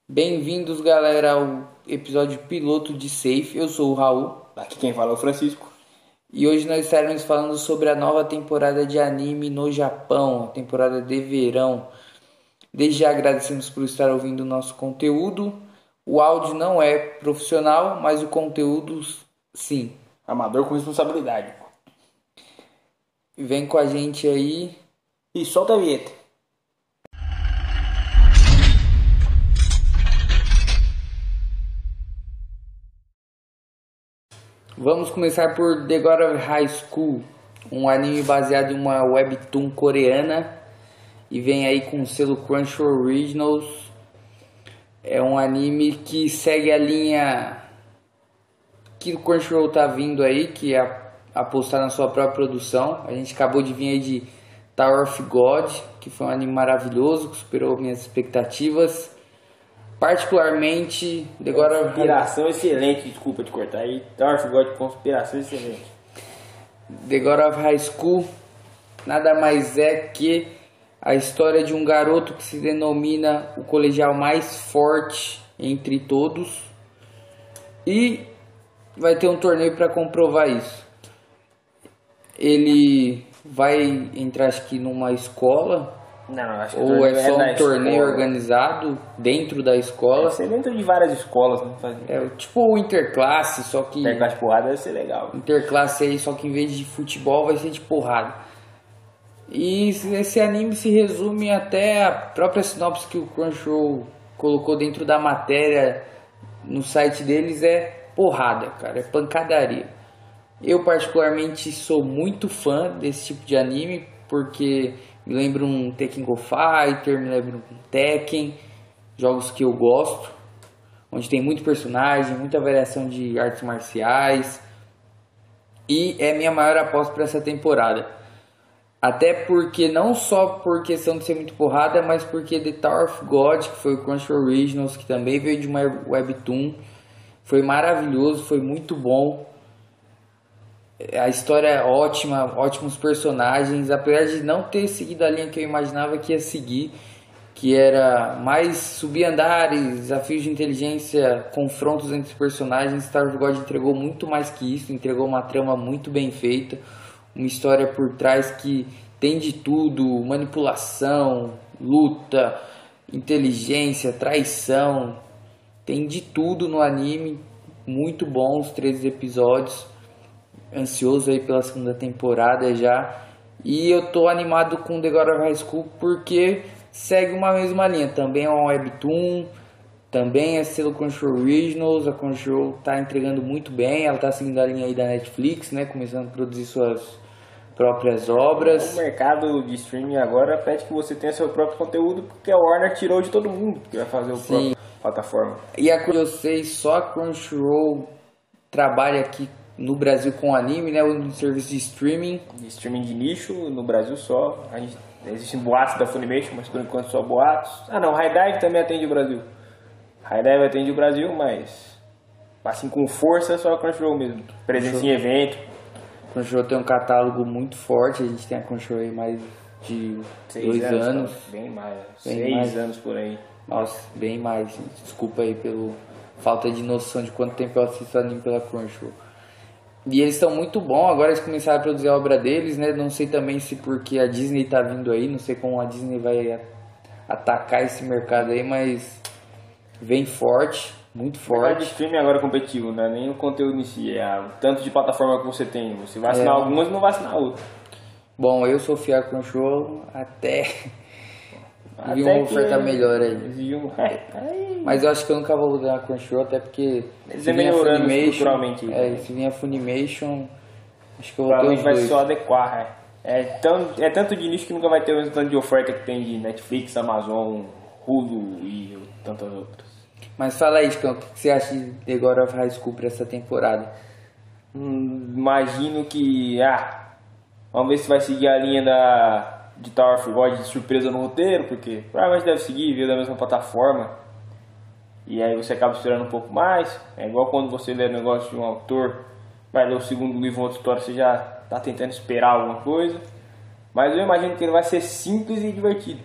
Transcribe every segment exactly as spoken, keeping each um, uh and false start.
Bem-vindos, galera, ao episódio piloto de Safe. Eu sou o Raul. Aqui quem fala é o Francisco. E hoje nós estaremos falando sobre a nova temporada de anime no Japão, a temporada de verão. Desde já agradecemos por estar ouvindo o nosso conteúdo. O áudio não é profissional, mas o conteúdo sim. Amador com responsabilidade. Vem com a gente aí. E solta a vinheta. Vamos começar por The God of High School, um anime baseado em uma webtoon coreana e vem aí com o selo Crunchyroll Originals. É um anime que segue a linha que o Crunchyroll tá vindo aí, que é apostar na sua própria produção. A gente acabou de vir aí de Tower of God, que foi um anime maravilhoso, que superou minhas expectativas. Particularmente, The God of Conspiração excelente, desculpa te cortar aí. Tower of God, conspiração excelente. The God of High School nada mais é que a história de um garoto que se denomina o colegial mais forte entre todos e vai ter um torneio para comprovar isso. Ele vai entrar, acho que numa escola. Não, acho que Ou é só um é torneio escola. organizado dentro da escola? Deve ser dentro de várias escolas, né? Faz... É tipo o interclasse, só que Interclasse de porrada deve ser legal. interclasse aí, só que em vez de futebol vai ser de porrada. E esse anime se resume até a própria sinopse que o Crunchyroll colocou dentro da matéria no site deles, é porrada, cara, é pancadaria. Eu particularmente sou muito fã desse tipo de anime, porque me lembra um Tekken Go Fighter, me lembra um Tekken, jogos que eu gosto, onde tem muito personagem, muita variação de artes marciais, e é minha maior aposta para essa temporada. Até porque, não só por questão de ser muito porrada, mas porque The Tower of God, que foi o Crunchyroll Originals, que também veio de uma webtoon, foi maravilhoso, foi muito bom. A história é ótima, ótimos personagens, apesar de não ter seguido a linha que eu imaginava que ia seguir, que era mais subir andares, desafios de inteligência, confrontos entre os personagens. Star Wars God entregou muito mais que isso, entregou uma trama muito bem feita, uma história por trás que tem de tudo: manipulação, luta, inteligência, traição, tem de tudo no anime. Muito bom os treze episódios. Ansioso aí pela segunda temporada já. E eu tô animado com The God of High School porque segue uma mesma linha. Também é uma webtoon, também é selo Crunchyroll Originals. A Crunchyroll tá entregando muito bem. Ela tá seguindo a linha aí da Netflix, né? Começando a produzir suas próprias obras. O mercado de streaming agora pede que você tenha seu próprio conteúdo, porque a Warner tirou de todo mundo que vai fazer o Sim. próprio plataforma. E a eu sei, só a Crunchyroll trabalha aqui no Brasil com anime, né? Um serviço de streaming. De streaming de nicho, no Brasil só. A gente, existem boatos da Funimation, mas por enquanto só boatos. Ah não, High Dive também atende o Brasil. High Dive atende o Brasil, mas assim com força só a Crunchyroll mesmo. Presença em evento. A Crunchyroll tem um catálogo muito forte. A gente tem a Crunchyroll aí mais de Seis dois anos. anos. Tá? Bem mais. Bem Seis mais. anos por aí. Nossa, bem mais. Desculpa aí pela falta de noção de quanto tempo eu assisto anime pela Crunchyroll. E eles estão muito bons, agora eles começaram a produzir a obra deles, né? Não sei também se porque a Disney tá vindo aí, não sei como a Disney vai atacar esse mercado aí, mas vem forte, muito O mercado de forte. streaming agora é competitivo, não é nem o conteúdo em si, é o tanto de plataforma que você tem. Você vai assinar É. algumas e não vai assinar outras. Bom, eu sou fiel a Crunchyroll até vi Até uma oferta que- melhor aí. vi um- é, aí- Mas eu acho que eu nunca vou mudar a Crunchyroll, até porque Eles se é vir a melhorando Funimation, estruturalmente. é, se vir a Funimation, acho que eu vou ter Provavelmente os vai dois. só adequar, é. É, tão, é tanto de nicho que nunca vai ter o mesmo tanto de oferta que tem de Netflix, Amazon, Hulu e tantas outras. Mas fala aí, Chicão, o que você acha de The God of High School pra essa temporada? Hum, imagino que, ah, vamos ver se vai seguir a linha da, de Tower of God de surpresa no roteiro, porque provavelmente deve seguir, veio da mesma plataforma. E aí você acaba esperando um pouco mais. É igual quando você lê o negócio de um autor, vai ler o segundo livro, outra história, você já está tentando esperar alguma coisa. Mas eu imagino que ele vai ser simples e divertido.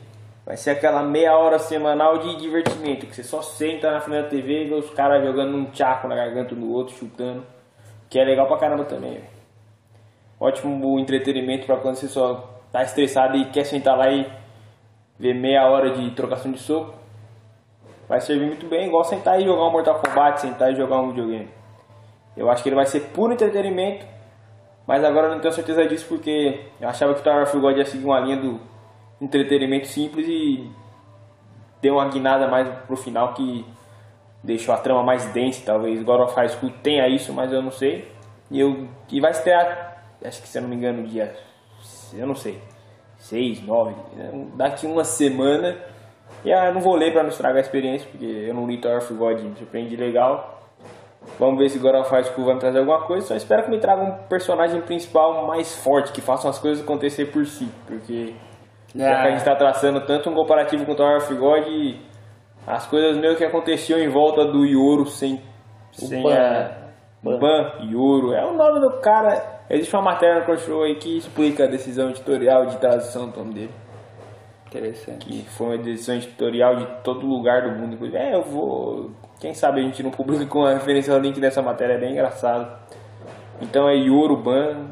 Vai ser aquela meia hora semanal de divertimento, que você só senta na frente da T V e vê os caras jogando um tchaco na garganta do outro, chutando. Que é legal pra caramba também, véio. Ótimo entretenimento pra quando você só tá estressado e quer sentar lá e ver meia hora de trocação de soco. Vai servir muito bem, igual sentar e jogar um Mortal Kombat, sentar e jogar um videogame. Eu acho que ele vai ser puro entretenimento, mas agora eu não tenho certeza disso porque eu achava que o Tower of God ia seguir uma linha do entretenimento simples e deu uma guinada mais pro final que deixou a trama mais densa. Talvez God of High School tenha isso, mas eu não sei. E, eu, e vai estrear, acho que se eu não me engano, dia, eu não sei, seis, nove, daqui uma semana. E eu não vou ler pra não estragar a experiência, porque eu não li Tower of God, me surpreende legal. Vamos ver se God of High School vai me trazer alguma coisa. Só espero que me traga um personagem principal mais forte, que faça as coisas acontecer por si. Porque ah. já que a gente está traçando tanto um comparativo com o Tower of God, as coisas meio que aconteciam em volta do Yoru sem, sem Ban. a... Ban. Ban, Yoru, é o nome do cara. Existe uma matéria no Crunchyroll aí que explica a decisão editorial de tradução do nome dele. Interessante. Que foi uma decisão editorial de todo lugar do mundo. É, eu vou... Quem sabe a gente não publica com a referência ao link dessa matéria, é bem engraçado. Então é Yoru Ban.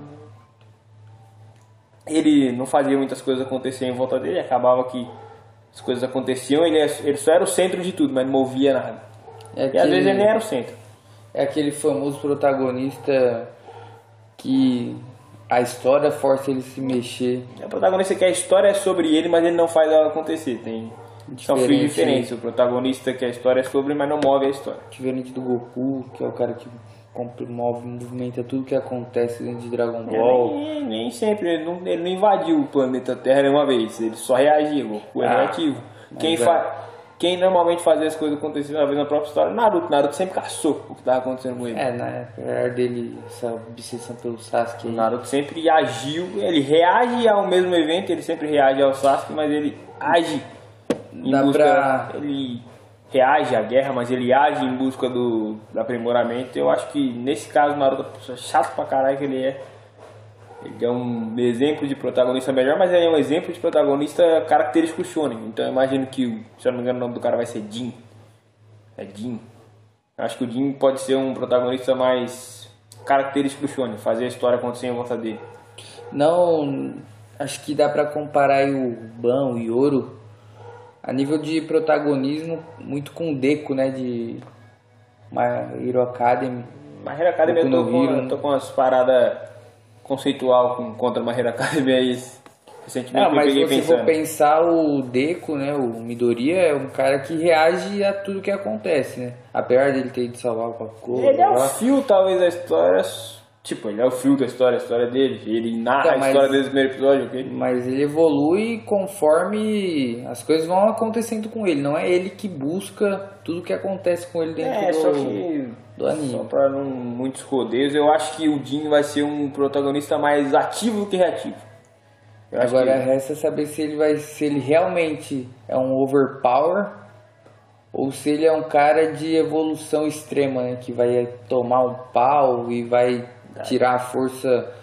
Ele não fazia muitas coisas acontecer em volta dele, acabava que as coisas aconteciam, ele, ele só era o centro de tudo, mas não movia nada. É e aquele, às vezes ele nem era o centro. É aquele famoso protagonista que a história força ele se mexer. É o protagonista que a história é sobre ele, mas ele não faz ela acontecer. Tem... São fios diferentes. O protagonista que a história é sobre, mas não move a história. Diferente do Goku, que é o cara que move, movimenta tudo que acontece dentro de Dragon Ball. É, nem, nem sempre, ele não, ele não invadiu o planeta Terra nenhuma vez, ele só reagia. O Goku é ah, reativo. Quem, é. fa, quem normalmente fazia as coisas acontecerem uma vez na própria história, Naruto. Naruto sempre caçou o que estava acontecendo com ele. É, na época dele, essa obsessão pelo Sasuke. O Naruto sempre agiu, ele reage ao mesmo evento, ele sempre reage ao Sasuke, mas ele age. Em Dá busca, pra... Ele reage à guerra, mas ele age em busca do, do aprimoramento. Eu acho que nesse caso o Naruto é chato pra caralho que ele é. Ele é um exemplo de protagonista melhor, mas ele é um exemplo de protagonista característico shonen. Então eu imagino que, se eu não me engano, o nome do cara vai ser Jin. É Jin. Eu acho que o Jin pode ser um protagonista mais característico shonen, fazer a história acontecer em volta dele. Não, acho que dá pra comparar aí o Ban, o Yoru, a nível de protagonismo, muito com o Deku, né, de My Hero Academy. My Hero Academy eu tô, com, eu tô com umas paradas conceitual com, contra My Hero Academy aí recentemente. Não, mas eu se você pensando. for pensar, o Deku, né, o Midoriya, é um cara que reage a tudo que acontece, né? Apesar dele ter ido salvar o Paco. Ele é o fio, talvez, da história. Tipo, ele é o fio da história, a história dele. Ele narra então, a história desde o primeiro episódio, ok? Mas ele evolui conforme as coisas vão acontecendo com ele. Não é ele que busca tudo que acontece com ele dentro é, do, só que, do anime. Só pra não muitos rodeios, eu acho que o Jin vai ser um protagonista mais ativo do que reativo. Eu Agora que... resta saber se ele, vai, se ele realmente é um overpower ou se ele é um cara de evolução extrema, né? Que vai tomar um pau e vai tirar a força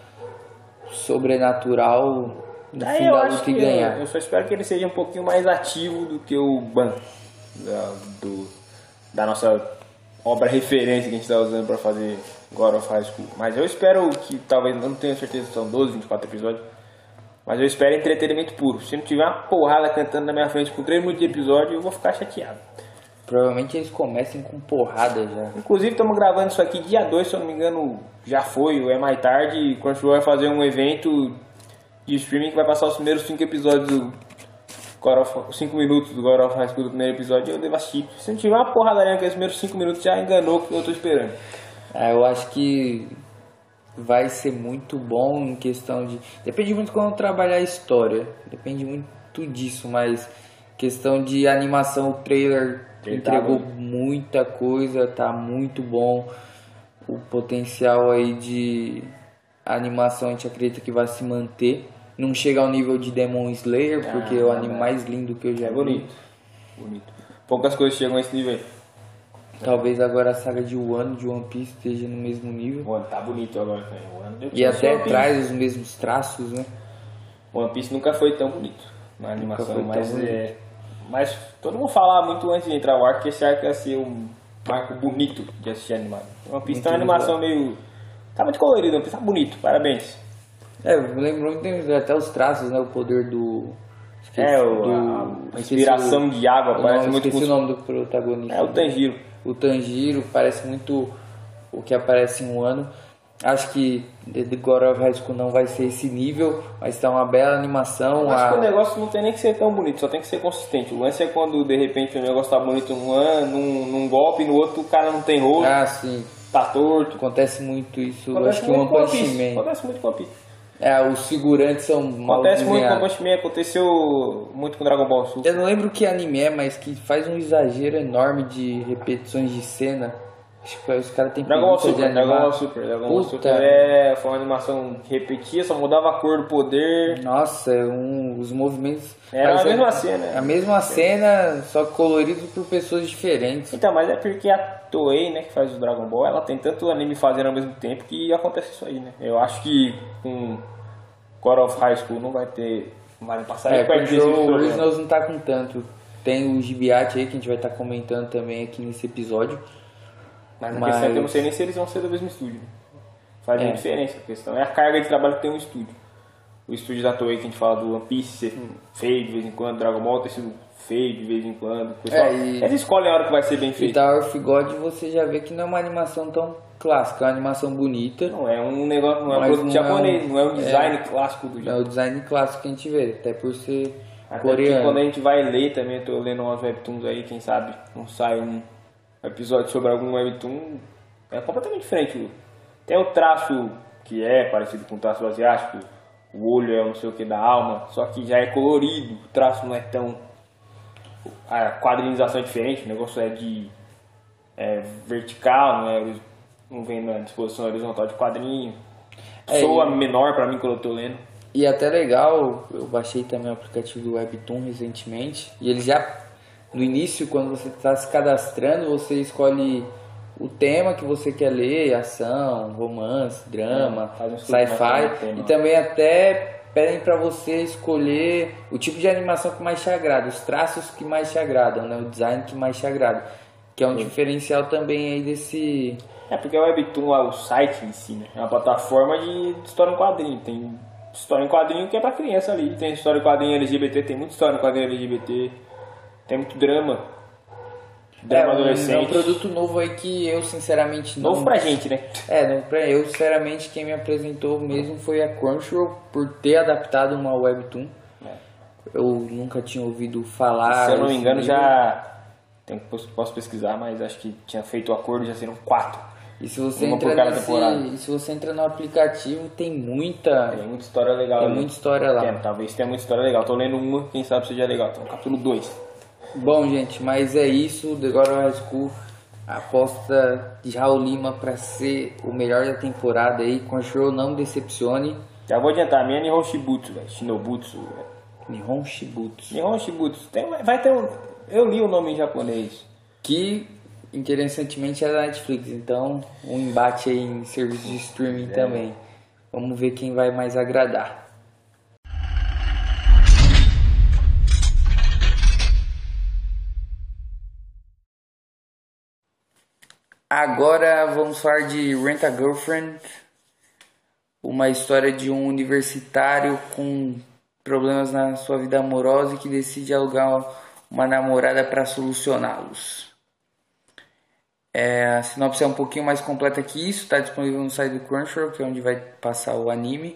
sobrenatural no Aí fim eu da acho luta que e ganhar. Eu, eu só espero que ele seja um pouquinho mais ativo do que o Ban, da, do, da nossa obra referência que a gente está usando para fazer God of High School. Mas eu espero que, talvez, não tenho certeza se são doze, vinte e quatro episódios, mas eu espero entretenimento puro. Se não tiver uma porrada cantando na minha frente com três minutos de episódio, eu vou ficar chateado. Provavelmente eles comecem com porrada já. Inclusive estamos gravando isso aqui dia dois, se eu não me engano, já foi, ou é mais tarde. E o Crunchyroll vai fazer um evento de streaming que vai passar os primeiros cinco episódios do God of, cinco minutos do God of High School do primeiro episódio. Eu devo assistir. Se não tiver uma porradaria naqueles primeiros cinco minutos, já enganou o que eu tô esperando. Ah, eu acho que vai ser muito bom em questão de... Depende muito quando trabalhar a história. Depende muito disso, mas questão de animação, o trailer... entregou muita coisa, tá muito bom. O potencial aí de animação a gente acredita que vai se manter. Não chega ao nível de Demon Slayer, ah, porque é o anime é. mais lindo que eu já é vi. Bonito. bonito. Poucas coisas chegam a esse nível aí. Talvez agora a saga de Wano, de One Piece, esteja no mesmo nível. Wano tá bonito agora também. Wano e até traz os mesmos traços, né? One Piece nunca foi tão bonito. Na animação, mas é... Mas todo mundo falava muito antes de entrar o arco que esse arco ia ser um arco bonito de assistir animado. One Piece tem uma animação meio... Tá muito colorido, One Piece tá bonito, parabéns. É, me lembrou muito até os traços, né? O poder do... Esqueci, é, o, do... a inspiração o, de água, parece nome, muito... Esqueci com... o nome do protagonista. É o Tanjiro. O Tanjiro parece muito o que aparece em um ano. Acho que The God of High School não vai ser esse nível, mas tá uma bela animação. Eu acho a... que o negócio não tem nem que ser tão bonito, só tem que ser consistente. O lance é quando de repente o negócio tá bonito num, ano, num, num golpe, no outro o cara não tem rosto, ah, sim. tá torto. Acontece muito isso, Acontece acho que o One Punch Man. Acontece muito com o One Piece. É, os figurantes são mal Acontece muito com o desenhados. One Punch Man, aconteceu muito com Dragon Ball Super. Eu não lembro que anime é, mas que faz um exagero enorme de repetições de cena. Acho que os caras têm Dragon Ball preguiça de Super, animar. Dragon Ball Super, Dragon Ball Puta. Super é, foi uma animação que repetia, só mudava a cor do poder. Nossa, um, os movimentos... Era mas a mesma é- cena. A mesma cena, só que colorido por pessoas diferentes. Então, mas é porque a Toei, né, que faz o Dragon Ball, ela tem tanto anime fazendo ao mesmo tempo que acontece isso aí, né? Eu acho que com God of High School não vai ter... Não vai passar É, nem perto porque desse o problema. Originals não tá com tanto. Tem o Gibiate aí, que a gente vai estar comentando também aqui nesse episódio. Mas a Mas- questão é que eu não sei nem se eles vão ser do mesmo estúdio. Né? Faz É. uma diferença. A questão é a carga de trabalho que tem um estúdio. O estúdio da Toei que a gente fala do One Piece ser feio de vez em quando, Dragon Ball ter sido feio de vez em quando. O pessoal, É, e- eles escolhem a hora que vai ser bem E feito. Tower of God você já vê que não é uma animação tão clássica, é uma animação bonita. Não é um negócio, não é um Mas produto não japonês, é um- não é um design é. clássico do É Japão. o design clássico que a gente vê, até por ser Até porque coreano. quando a gente vai ler também, eu tô lendo umas webtoons aí, quem sabe não sai um episódio sobre algum webtoon, é completamente diferente. Tem o traço que é parecido com o traço asiático, o olho é não sei o que da alma, só que já é colorido, o traço não é tão... A quadrinização é diferente, o negócio é de é, vertical, não, é, não vem na disposição horizontal de quadrinho. É, Soa e- menor pra mim quando eu tô lendo. E até legal, eu baixei também o aplicativo do Webtoon recentemente. E ele já, no início, quando você está se cadastrando, você escolhe o tema que você quer ler, ação, romance, drama, É, faz um estudo mais sobre o sci-fi. tema. E também até pedem para você escolher o tipo de animação que mais te agrada, os traços que mais te agradam, né? O design que mais te agrada. Que é um diferencial também aí desse... É porque o Webtoon, é o site em si, né? É uma plataforma de história em quadrinho. Tem história em quadrinho que é pra criança ali. Tem história em quadrinho L G B T, tem muita história em quadrinho L G B T. Tem muito drama. É Drama um, adolescente. é um produto novo aí que eu sinceramente não... Novo pra gente, né? É, não, pra eu sinceramente quem me apresentou mesmo foi a Crunchyroll por ter adaptado uma webtoon. É. Eu nunca tinha ouvido falar. Se eu não me esse engano, nível. já... Tem, posso pesquisar, mas acho que tinha feito o acordo, já seriam quatro. E se você uma por entra cada nesse, temporada. e se você entra no aplicativo tem muita, Tem muita história legal. tem ali. muita história lá. Tem, talvez tenha muita história legal. Tô lendo uma, quem sabe seja legal. Então, capítulo dois. Bom, gente, mas é isso. The God of High School, a aposta de Raul Lima para ser o melhor da temporada aí. Crunchyroll não decepcione. Já vou adiantar, a minha é Nihon Shibutsu, velho. Shinobutsu, velho. Nihon Shibutsu. Nihon Shibutsu. Tem, vai ter um... Eu li o nome em japonês. Que interessantemente é da Netflix, então um embate aí em serviço de streaming também. Vamos ver quem vai mais agradar. Agora vamos falar de Rent a Girlfriend, uma história de um universitário com problemas na sua vida amorosa e que decide alugar uma namorada para solucioná-los. É, a sinopse é um pouquinho mais completa que isso, está disponível no site do Crunchyroll, que é onde vai passar o anime.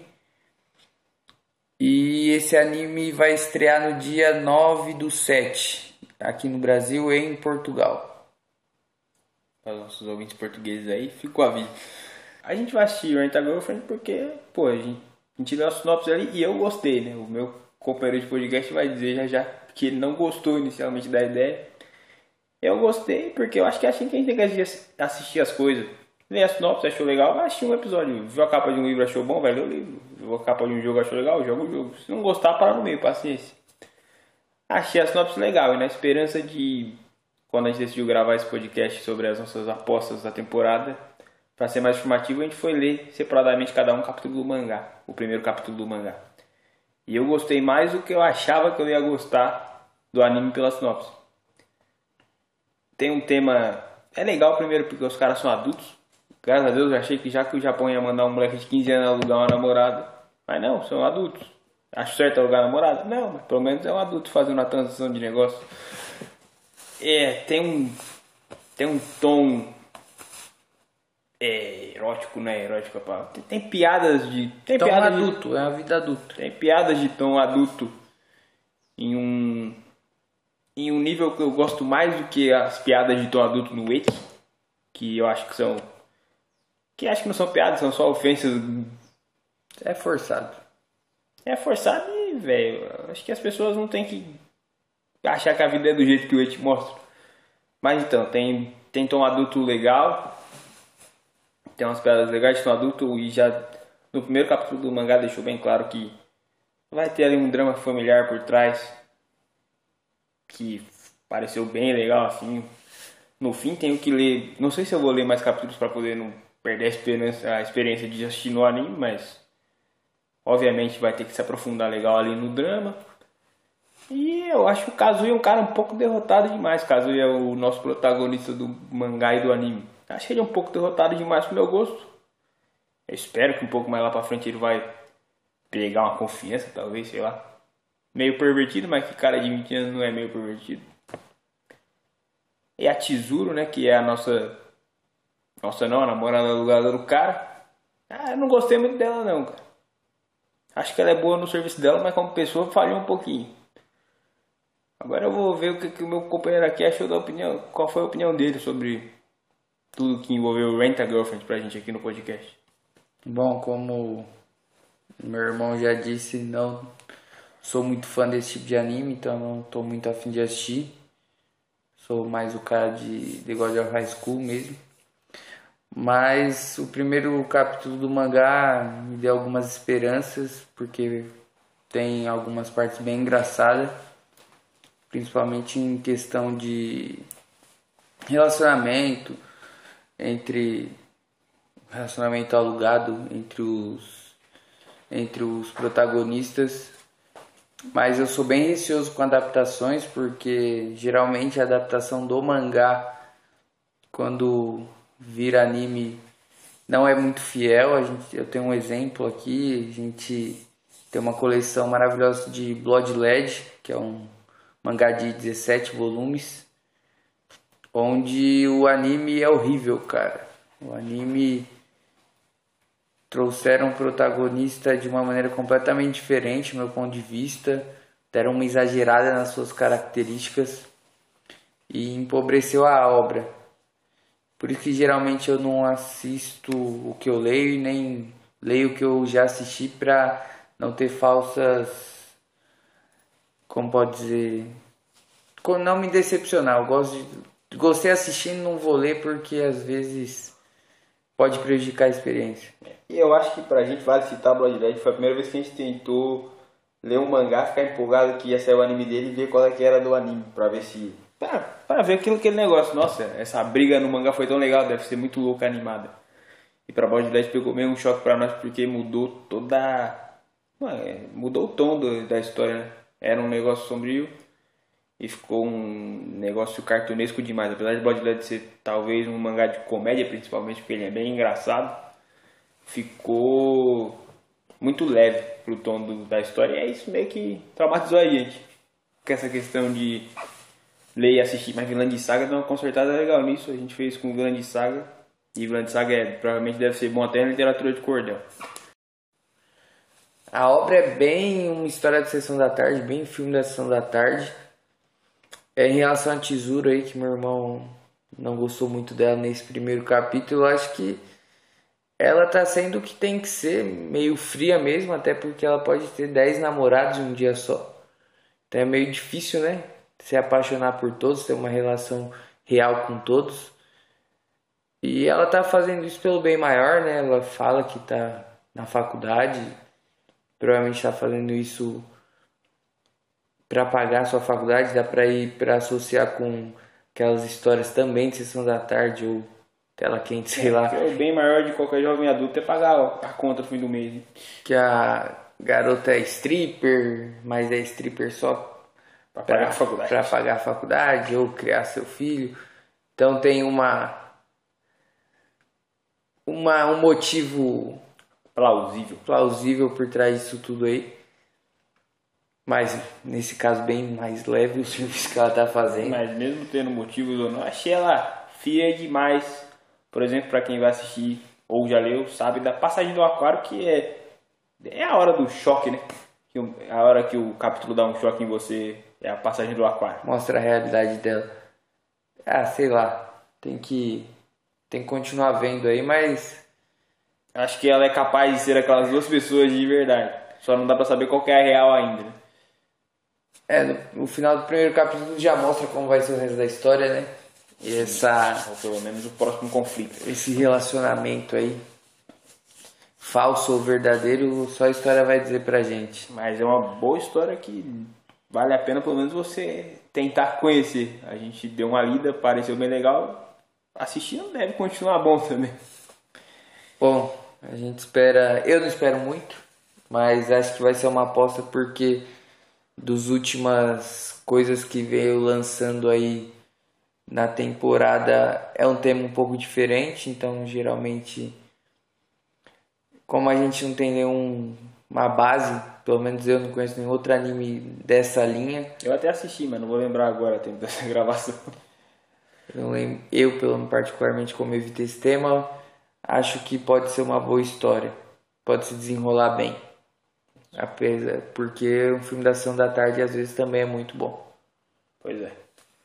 E esse anime vai estrear no dia nove do sete, aqui no Brasil e em Portugal. Para os nossos ouvintes portugueses aí, fica o aviso. A gente vai assistir Rent a Girlfriend porque, pô, a gente, a gente deu a sinopse ali e eu gostei, né? O meu companheiro de podcast vai dizer já já que ele não gostou inicialmente da ideia. Eu gostei porque eu acho que é assim que a gente tem que assistir as coisas. Lê a sinopse, achou legal, vai assistir um episódio. Viu a capa de um livro, achou bom, vai ler o livro. Viu a capa de um jogo, achou legal, joga o jogo. Se não gostar, para no meio, paciência. Achei a sinopse legal e na esperança de, quando a gente decidiu gravar esse podcast sobre as nossas apostas da temporada, para ser mais informativo, a gente foi ler separadamente cada um capítulo do mangá. O primeiro capítulo do mangá. E eu gostei mais do que eu achava que eu ia gostar do anime pela sinopse. Tem um tema... É legal primeiro porque os caras são adultos. Graças a Deus eu achei que já que o Japão ia mandar um moleque de quinze anos alugar uma namorada. Mas não, são adultos. Acho certo alugar namorada? Não, mas pelo menos é um adulto fazendo uma transição de negócio. É, tem um... Tem um tom... É, erótico, não é erótico a palavra. Tem, tem piadas de... Tem Tom piadas adulto, de, é a vida adulta. Tem piadas de tom adulto em um... Em um nível que eu gosto mais do que as piadas de tom adulto no Wiki. Que eu acho que são... Que acho que não são piadas, são só ofensas. É forçado. É forçado e, velho, acho que as pessoas não tem que achar que a vida é do jeito que o Wiki mostra. Mas então, tem, tem tom adulto legal. Tem umas piadas legais de tom adulto. E já no primeiro capítulo do mangá deixou bem claro que vai ter ali um drama familiar por trás. Que pareceu bem legal, assim. No fim tenho que ler... Não sei se eu vou ler mais capítulos para poder não perder a experiência, a experiência de assistir no anime, mas... Obviamente vai ter que se aprofundar legal ali no drama. E eu acho que o Kazuya é um cara um pouco derrotado demais. Kazuya é o nosso protagonista do mangá e do anime. Acho que ele é um pouco derrotado demais pro meu gosto. Eu espero que um pouco mais lá pra frente ele vai pegar uma confiança, talvez, sei lá. Meio pervertido, mas que cara de vinte anos não é meio pervertido. E a Chizuru, né, que é a nossa... Nossa não, a namorada alugada do cara. Ah, eu não gostei muito dela não, cara. Acho que ela é boa no serviço dela, mas como pessoa falhou um pouquinho. Agora eu vou ver o que, que o meu companheiro aqui achou da opinião. Qual foi a opinião dele sobre tudo que envolveu o Rent a Girlfriend pra gente aqui no podcast. Bom, como meu irmão já disse, não sou muito fã desse tipo de anime, então não tô muito afim de assistir. Sou mais o cara de The God of High School mesmo. Mas o primeiro capítulo do mangá me deu algumas esperanças, porque tem algumas partes bem engraçadas, principalmente em questão de relacionamento entre relacionamento alugado entre os entre os protagonistas. Mas eu sou bem receoso com adaptações, porque geralmente a adaptação do mangá, quando vira anime, não é muito fiel. A gente, eu tenho um exemplo aqui, a gente tem uma coleção maravilhosa de Blood Led, que é um mangá de dezessete volumes, onde o anime é horrível, cara. O anime trouxeram o protagonista de uma maneira completamente diferente, do meu ponto de vista, deram uma exagerada nas suas características e empobreceu a obra. Por isso que geralmente eu não assisto o que eu leio e nem leio o que eu já assisti, para não ter falsas, como pode dizer, não me decepcionar. Eu gosto de, gostei assistindo, não vou ler porque às vezes pode prejudicar a experiência. E eu acho que pra gente vale citar Blood Red. Foi a primeira vez que a gente tentou ler um mangá, ficar empolgado que ia sair o anime dele e ver qual é que era do anime, pra ver se... Pra, pra ver aquilo, aquele negócio. Nossa, essa briga no mangá foi tão legal, deve ser muito louca, animada. E pra Blood Red pegou meio um choque pra nós, porque mudou toda... Mano, mudou o tom do, da história, né? Era um negócio sombrio e ficou um negócio cartunesco demais. Apesar de Blood Red ser talvez um mangá de comédia, principalmente porque ele é bem engraçado, ficou muito leve pro tom do, da história. E é isso, meio que traumatizou a gente com essa questão de ler e assistir. Mas Vinland Saga deu uma consertada legal nisso. A gente fez com Vinland Saga. E Vinland Saga é, provavelmente deve ser bom até na literatura de cordel. A obra é bem uma história de sessão da tarde, bem filme da sessão da tarde. É, em relação a Tesouro aí, que meu irmão não gostou muito dela nesse primeiro capítulo, eu acho que ela tá sendo o que tem que ser, meio fria mesmo, até porque ela pode ter dez namorados em um dia só. Então é meio difícil, né? Se apaixonar por todos, ter uma relação real com todos. E ela tá fazendo isso pelo bem maior, né? Ela fala que tá na faculdade, provavelmente tá fazendo isso para pagar a sua faculdade, dá pra ir para associar com aquelas histórias também de sessão da tarde ou tela quente, sei lá. O bem maior de qualquer jovem adulto é pagar a conta no fim do mês. Hein? Que a garota é stripper, mas é stripper só Para pagar a faculdade. Para pagar a faculdade ou criar seu filho. Então tem uma, uma um motivo plausível. plausível por trás disso tudo aí. Mas nesse caso bem mais leve o serviço que ela tá fazendo. Mas mesmo tendo motivos ou não, achei ela fia demais. Por exemplo, para quem vai assistir ou já leu, sabe da Passagem do Aquário, que é, é a hora do choque, né? Que a hora que o capítulo dá um choque em você é a Passagem do Aquário. Mostra a realidade dela. Ah, sei lá. Tem que, tem que continuar vendo aí, mas... Acho que ela é capaz de ser aquelas duas pessoas de verdade. Só não dá pra saber qual que é a real ainda. É, no, no final do primeiro capítulo já mostra como vai ser o resto da história, né? E essa... Ou pelo menos o próximo conflito. Esse relacionamento aí, falso ou verdadeiro, só a história vai dizer pra gente. Mas é uma boa história que vale a pena pelo menos você tentar conhecer. A gente deu uma lida, pareceu bem legal. Assistindo deve continuar bom também. Bom, a gente espera... Eu não espero muito, mas acho que vai ser uma aposta porque dos últimas coisas que veio lançando aí na temporada é um tema um pouco diferente, então geralmente, como a gente não tem nenhum uma base, pelo menos eu não conheço nenhum outro anime dessa linha. Eu até assisti, mas não vou lembrar agora tempo dessa gravação. Eu, lembro, eu pelo particularmente, como evitei esse tema, acho que pode ser uma boa história, pode se desenrolar bem, apesar porque um filme da Sessão da Tarde às vezes também é muito bom. Pois é.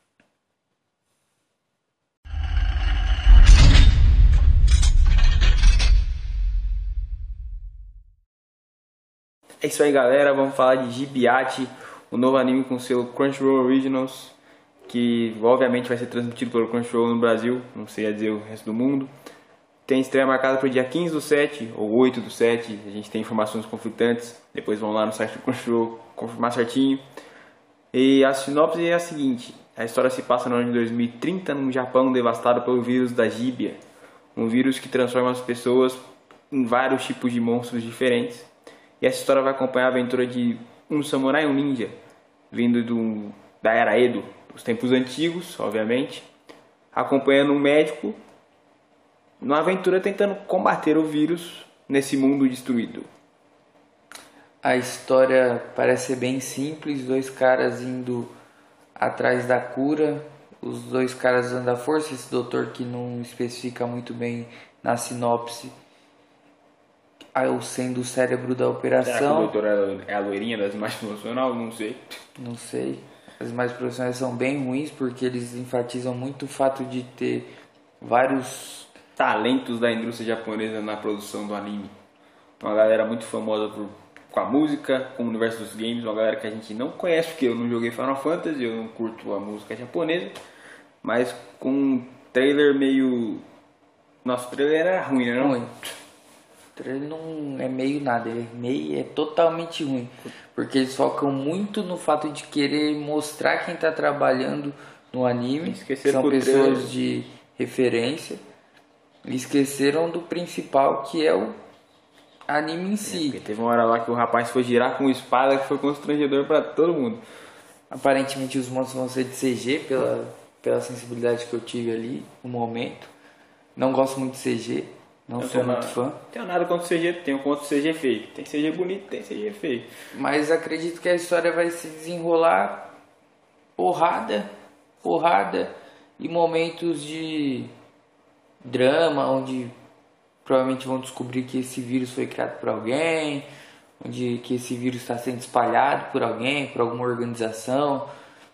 É isso aí, galera, vamos falar de Gibiate, o novo anime com o selo Crunchyroll Originals, que obviamente vai ser transmitido pelo Crunchyroll no Brasil, não sei a dizer o resto do mundo. Tem estreia marcada para o dia quinze do sete ou oito do sete, a gente tem informações conflitantes, depois vão lá no site do Crunchyroll confirmar certinho. E a sinopse é a seguinte: a história se passa no ano de dois mil e trinta, num Japão devastado pelo vírus da Gibia, um vírus que transforma as pessoas em vários tipos de monstros diferentes. E essa história vai acompanhar a aventura de um samurai e um ninja, vindo do, da era Edo, dos tempos antigos, obviamente, acompanhando um médico numa aventura tentando combater o vírus nesse mundo destruído. A história parece ser bem simples, dois caras indo atrás da cura, os dois caras usando a força, esse doutor que não especifica muito bem na sinopse, sendo o cérebro da operação. Será que o doutor é a loirinha das imagens promocionais? Não sei. Não sei. As imagens profissionais são bem ruins porque eles enfatizam muito o fato de ter vários talentos da indústria japonesa na produção do anime. Uma galera muito famosa por, com a música, com o universo dos games, uma galera que a gente não conhece, porque eu não joguei Final Fantasy, eu não curto a música japonesa, mas com um trailer meio... Nossa, o trailer era ruim, né? Não? Ruim. O trailer não é meio nada, é, meio, é totalmente ruim, porque eles focam muito no fato de querer mostrar quem está trabalhando no anime, Esqueceram são pessoas trailer. de referência, e esqueceram do principal, que é o anime em si. É, teve uma hora lá que o rapaz foi girar com espada que foi constrangedor para todo mundo. Aparentemente os monstros vão ser de C G, pela, pela sensibilidade que eu tive ali no momento. Não gosto muito de C G, não Eu sou muito nada, fã. Não tenho nada contra o C G, tenho contra o C G feio. Tem C G bonito, tem C G feio. Mas acredito que a história vai se desenrolar porrada, porrada e momentos de drama, onde provavelmente vão descobrir que esse vírus foi criado por alguém, onde que esse vírus está sendo espalhado por alguém, por alguma organização.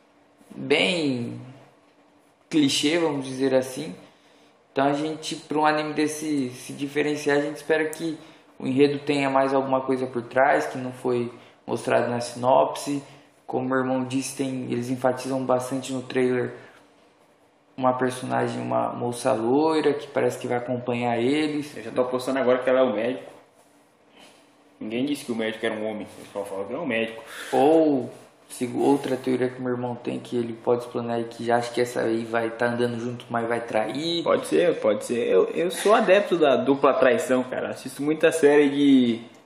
Bem clichê, vamos dizer assim. Então a gente, para um anime desse se diferenciar, a gente espera que o enredo tenha mais alguma coisa por trás, que não foi mostrado na sinopse. Como meu irmão disse, tem, eles enfatizam bastante no trailer uma personagem, uma moça loira, que parece que vai acompanhar eles. Eu já tô apostando agora que ela é o médico. Ninguém disse que o médico era um homem, eles só falam que ele é um médico. Ou outra teoria que meu irmão tem, que ele pode explanar e que já acha que essa aí vai estar tá andando junto, mas vai trair. Pode ser, pode ser. Eu, eu sou adepto da dupla traição, cara. Assisto muita série de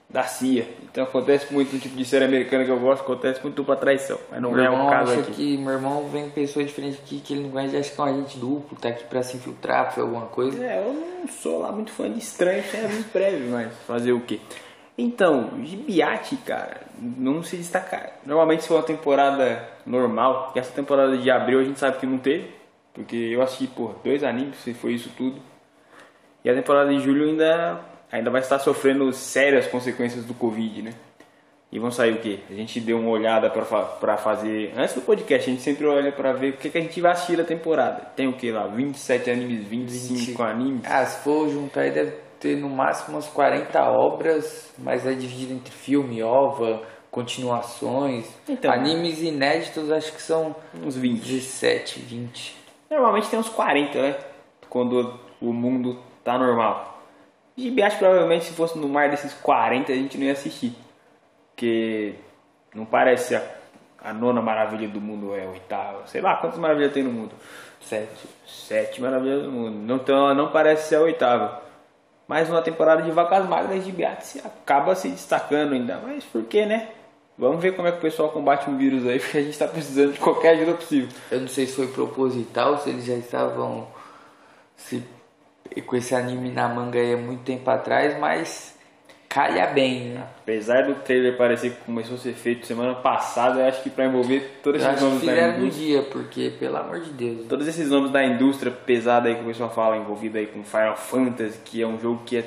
da C I A. Então acontece muito no tipo de série americana que eu gosto, acontece muito pra traição. Mas não Meu é o irmão caso acha aqui. que meu irmão vem com pessoa diferente aqui que ele não conhece, acha que é um agente duplo, tá aqui pra se infiltrar, pra fazer alguma coisa. É, eu não sou lá muito fã de estranho sem aviso prévio, mas fazer o quê? Então, Gibiate, cara, não se destacar. Normalmente se for uma temporada normal, e essa temporada de abril a gente sabe que não teve, porque eu assisti, porra, dois animes, se foi isso tudo. E a temporada de julho ainda, ainda vai estar sofrendo sérias consequências do Covid, né? E vão sair o quê? A gente deu uma olhada pra, pra fazer... Antes do podcast, a gente sempre olha pra ver o que, que a gente vai assistir da temporada. Tem o que lá? vinte e sete animes, vinte e cinco animes? Ah, se for juntar aí deve ter no máximo umas quarenta obras, mas é dividido entre filme, ova, continuações. Então, animes inéditos acho que são uns vinte. dezessete, vinte. Normalmente tem uns quarenta, né? Quando o mundo tá normal. Gibiate provavelmente se fosse no mar desses quarenta a gente não ia assistir. Porque não parece a, a nona maravilha do mundo é a oitava. Sei lá quantas maravilhas tem no mundo. Sete. Sete maravilhas do mundo. Não, então ela não parece ser a oitava. Mas uma temporada de vacas magras de Gibiate acaba se destacando ainda. Mas por que, né? Vamos ver como é que o pessoal combate um vírus aí, porque a gente está precisando de qualquer ajuda possível. Eu não sei se foi proposital, se eles já estavam se, com esse anime na manga aí há muito tempo atrás, mas calha bem, né? Apesar do trailer parecer que começou a ser feito semana passada, eu acho que para envolver todos Eu esses acho nomes que da fizeram no indústria, dia, porque, pelo amor de Deus. todos esses nomes da indústria pesada aí que o pessoal fala, envolvido aí com Final Fantasy, que é um jogo que é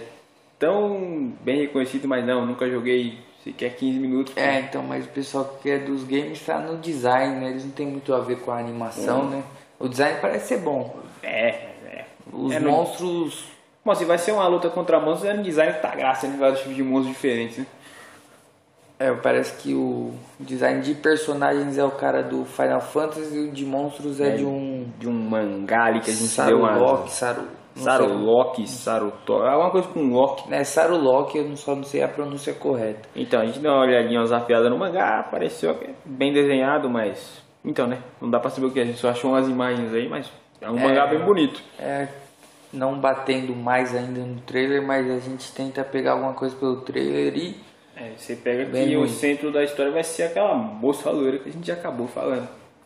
tão bem reconhecido, mas não, nunca joguei sequer quinze minutos. É, então, mas o pessoal que é dos games está no design, né? Eles não tem muito a ver com a animação, Hum. né? O design parece ser bom. É, é. Os É no- monstros... Bom, se vai ser uma luta contra monstros, é no design que tá graça, né? Vários tipos de monstros diferentes, né? É, parece que o design de personagens é o cara do Final Fantasy e o de monstros é, É, de um... De um mangá ali que a gente deu uma... Sarulok, Saru... não sei. Sarulok, Saruto... Alguma coisa com Loki. Né, Sarulok, eu não- só não sei a pronúncia correta. Então, a gente deu uma olhadinha, uma zapeada no mangá, pareceu que é bem desenhado, mas... Então, né? Não dá pra saber o que é, a gente só achou umas imagens aí, mas é um É. mangá bem bonito. É, não batendo mais ainda no trailer, mas a gente tenta pegar alguma coisa pelo trailer e... É, você pega Bem que o ruim. centro da história vai ser aquela moça loira que a gente já acabou falando.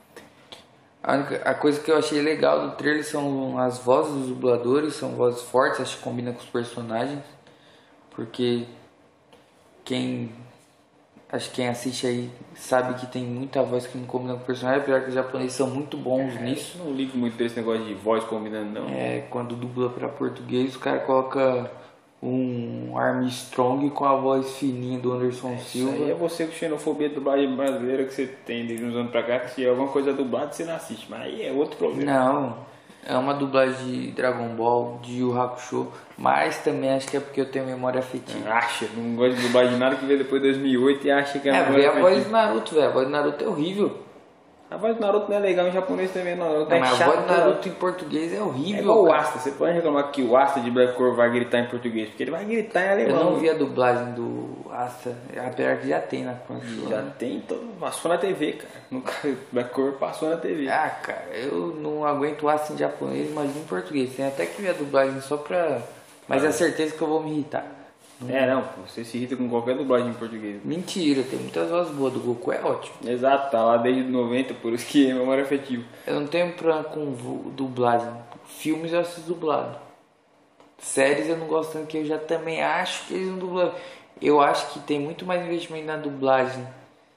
A, única, a coisa que eu achei legal do trailer são as vozes dos dubladores, são vozes fortes, acho que combina com os personagens. Porque quem... Acho que quem assiste aí sabe que tem muita voz que não combina com o personagem, apesar que os japoneses são muito bons nisso. Eu não ligo muito pra esse negócio de voz combinando, não. É, quando dubla pra português, o cara coloca um Armstrong com a voz fininha do Anderson Isso Silva. aí é você com xenofobia de dublagem brasileira que você tem de uns anos pra cá, que se é alguma coisa dublada você não assiste, mas aí é outro problema. Não, é uma dublagem de Dragon Ball, de Yu Hakusho, mas também acho que é porque eu tenho memória afetiva. Acha, não gosta de dublagem de nada que veio depois de dois mil e oito e acha que é, É, uma vê a coisa voz afetiva. do Naruto, velho. A voz do Naruto é horrível. A voz do Naruto não é legal em japonês também, não. Naruto Não, é mas a chato, voz do Naruto em português é É horrível. igual o cara. Asta, você pode reclamar que o Asta de Black Clover vai gritar em português, porque ele vai gritar em Eu alemão. não vi a dublagem do Asta, apesar que já tem na Crunchyroll. Já né? tem, todo, passou na T V, cara. Nunca, Black Clover passou na T V. Ah, cara, eu não aguento o Asta em japonês, mas em português. Tem até que ver a dublagem só pra... Mas é certeza que eu vou me irritar. É, não, você se irrita com qualquer dublagem em português. Mentira, tem muitas vozes boas. Do Goku é ótimo. Exato, tá lá desde noventa, por isso que é memória afetiva. Eu não tenho problema com vo- dublagem. Filmes eu assisto dublado. Séries eu não gosto tanto, que eu já também acho que eles não dublam. Eu acho que tem muito mais investimento na dublagem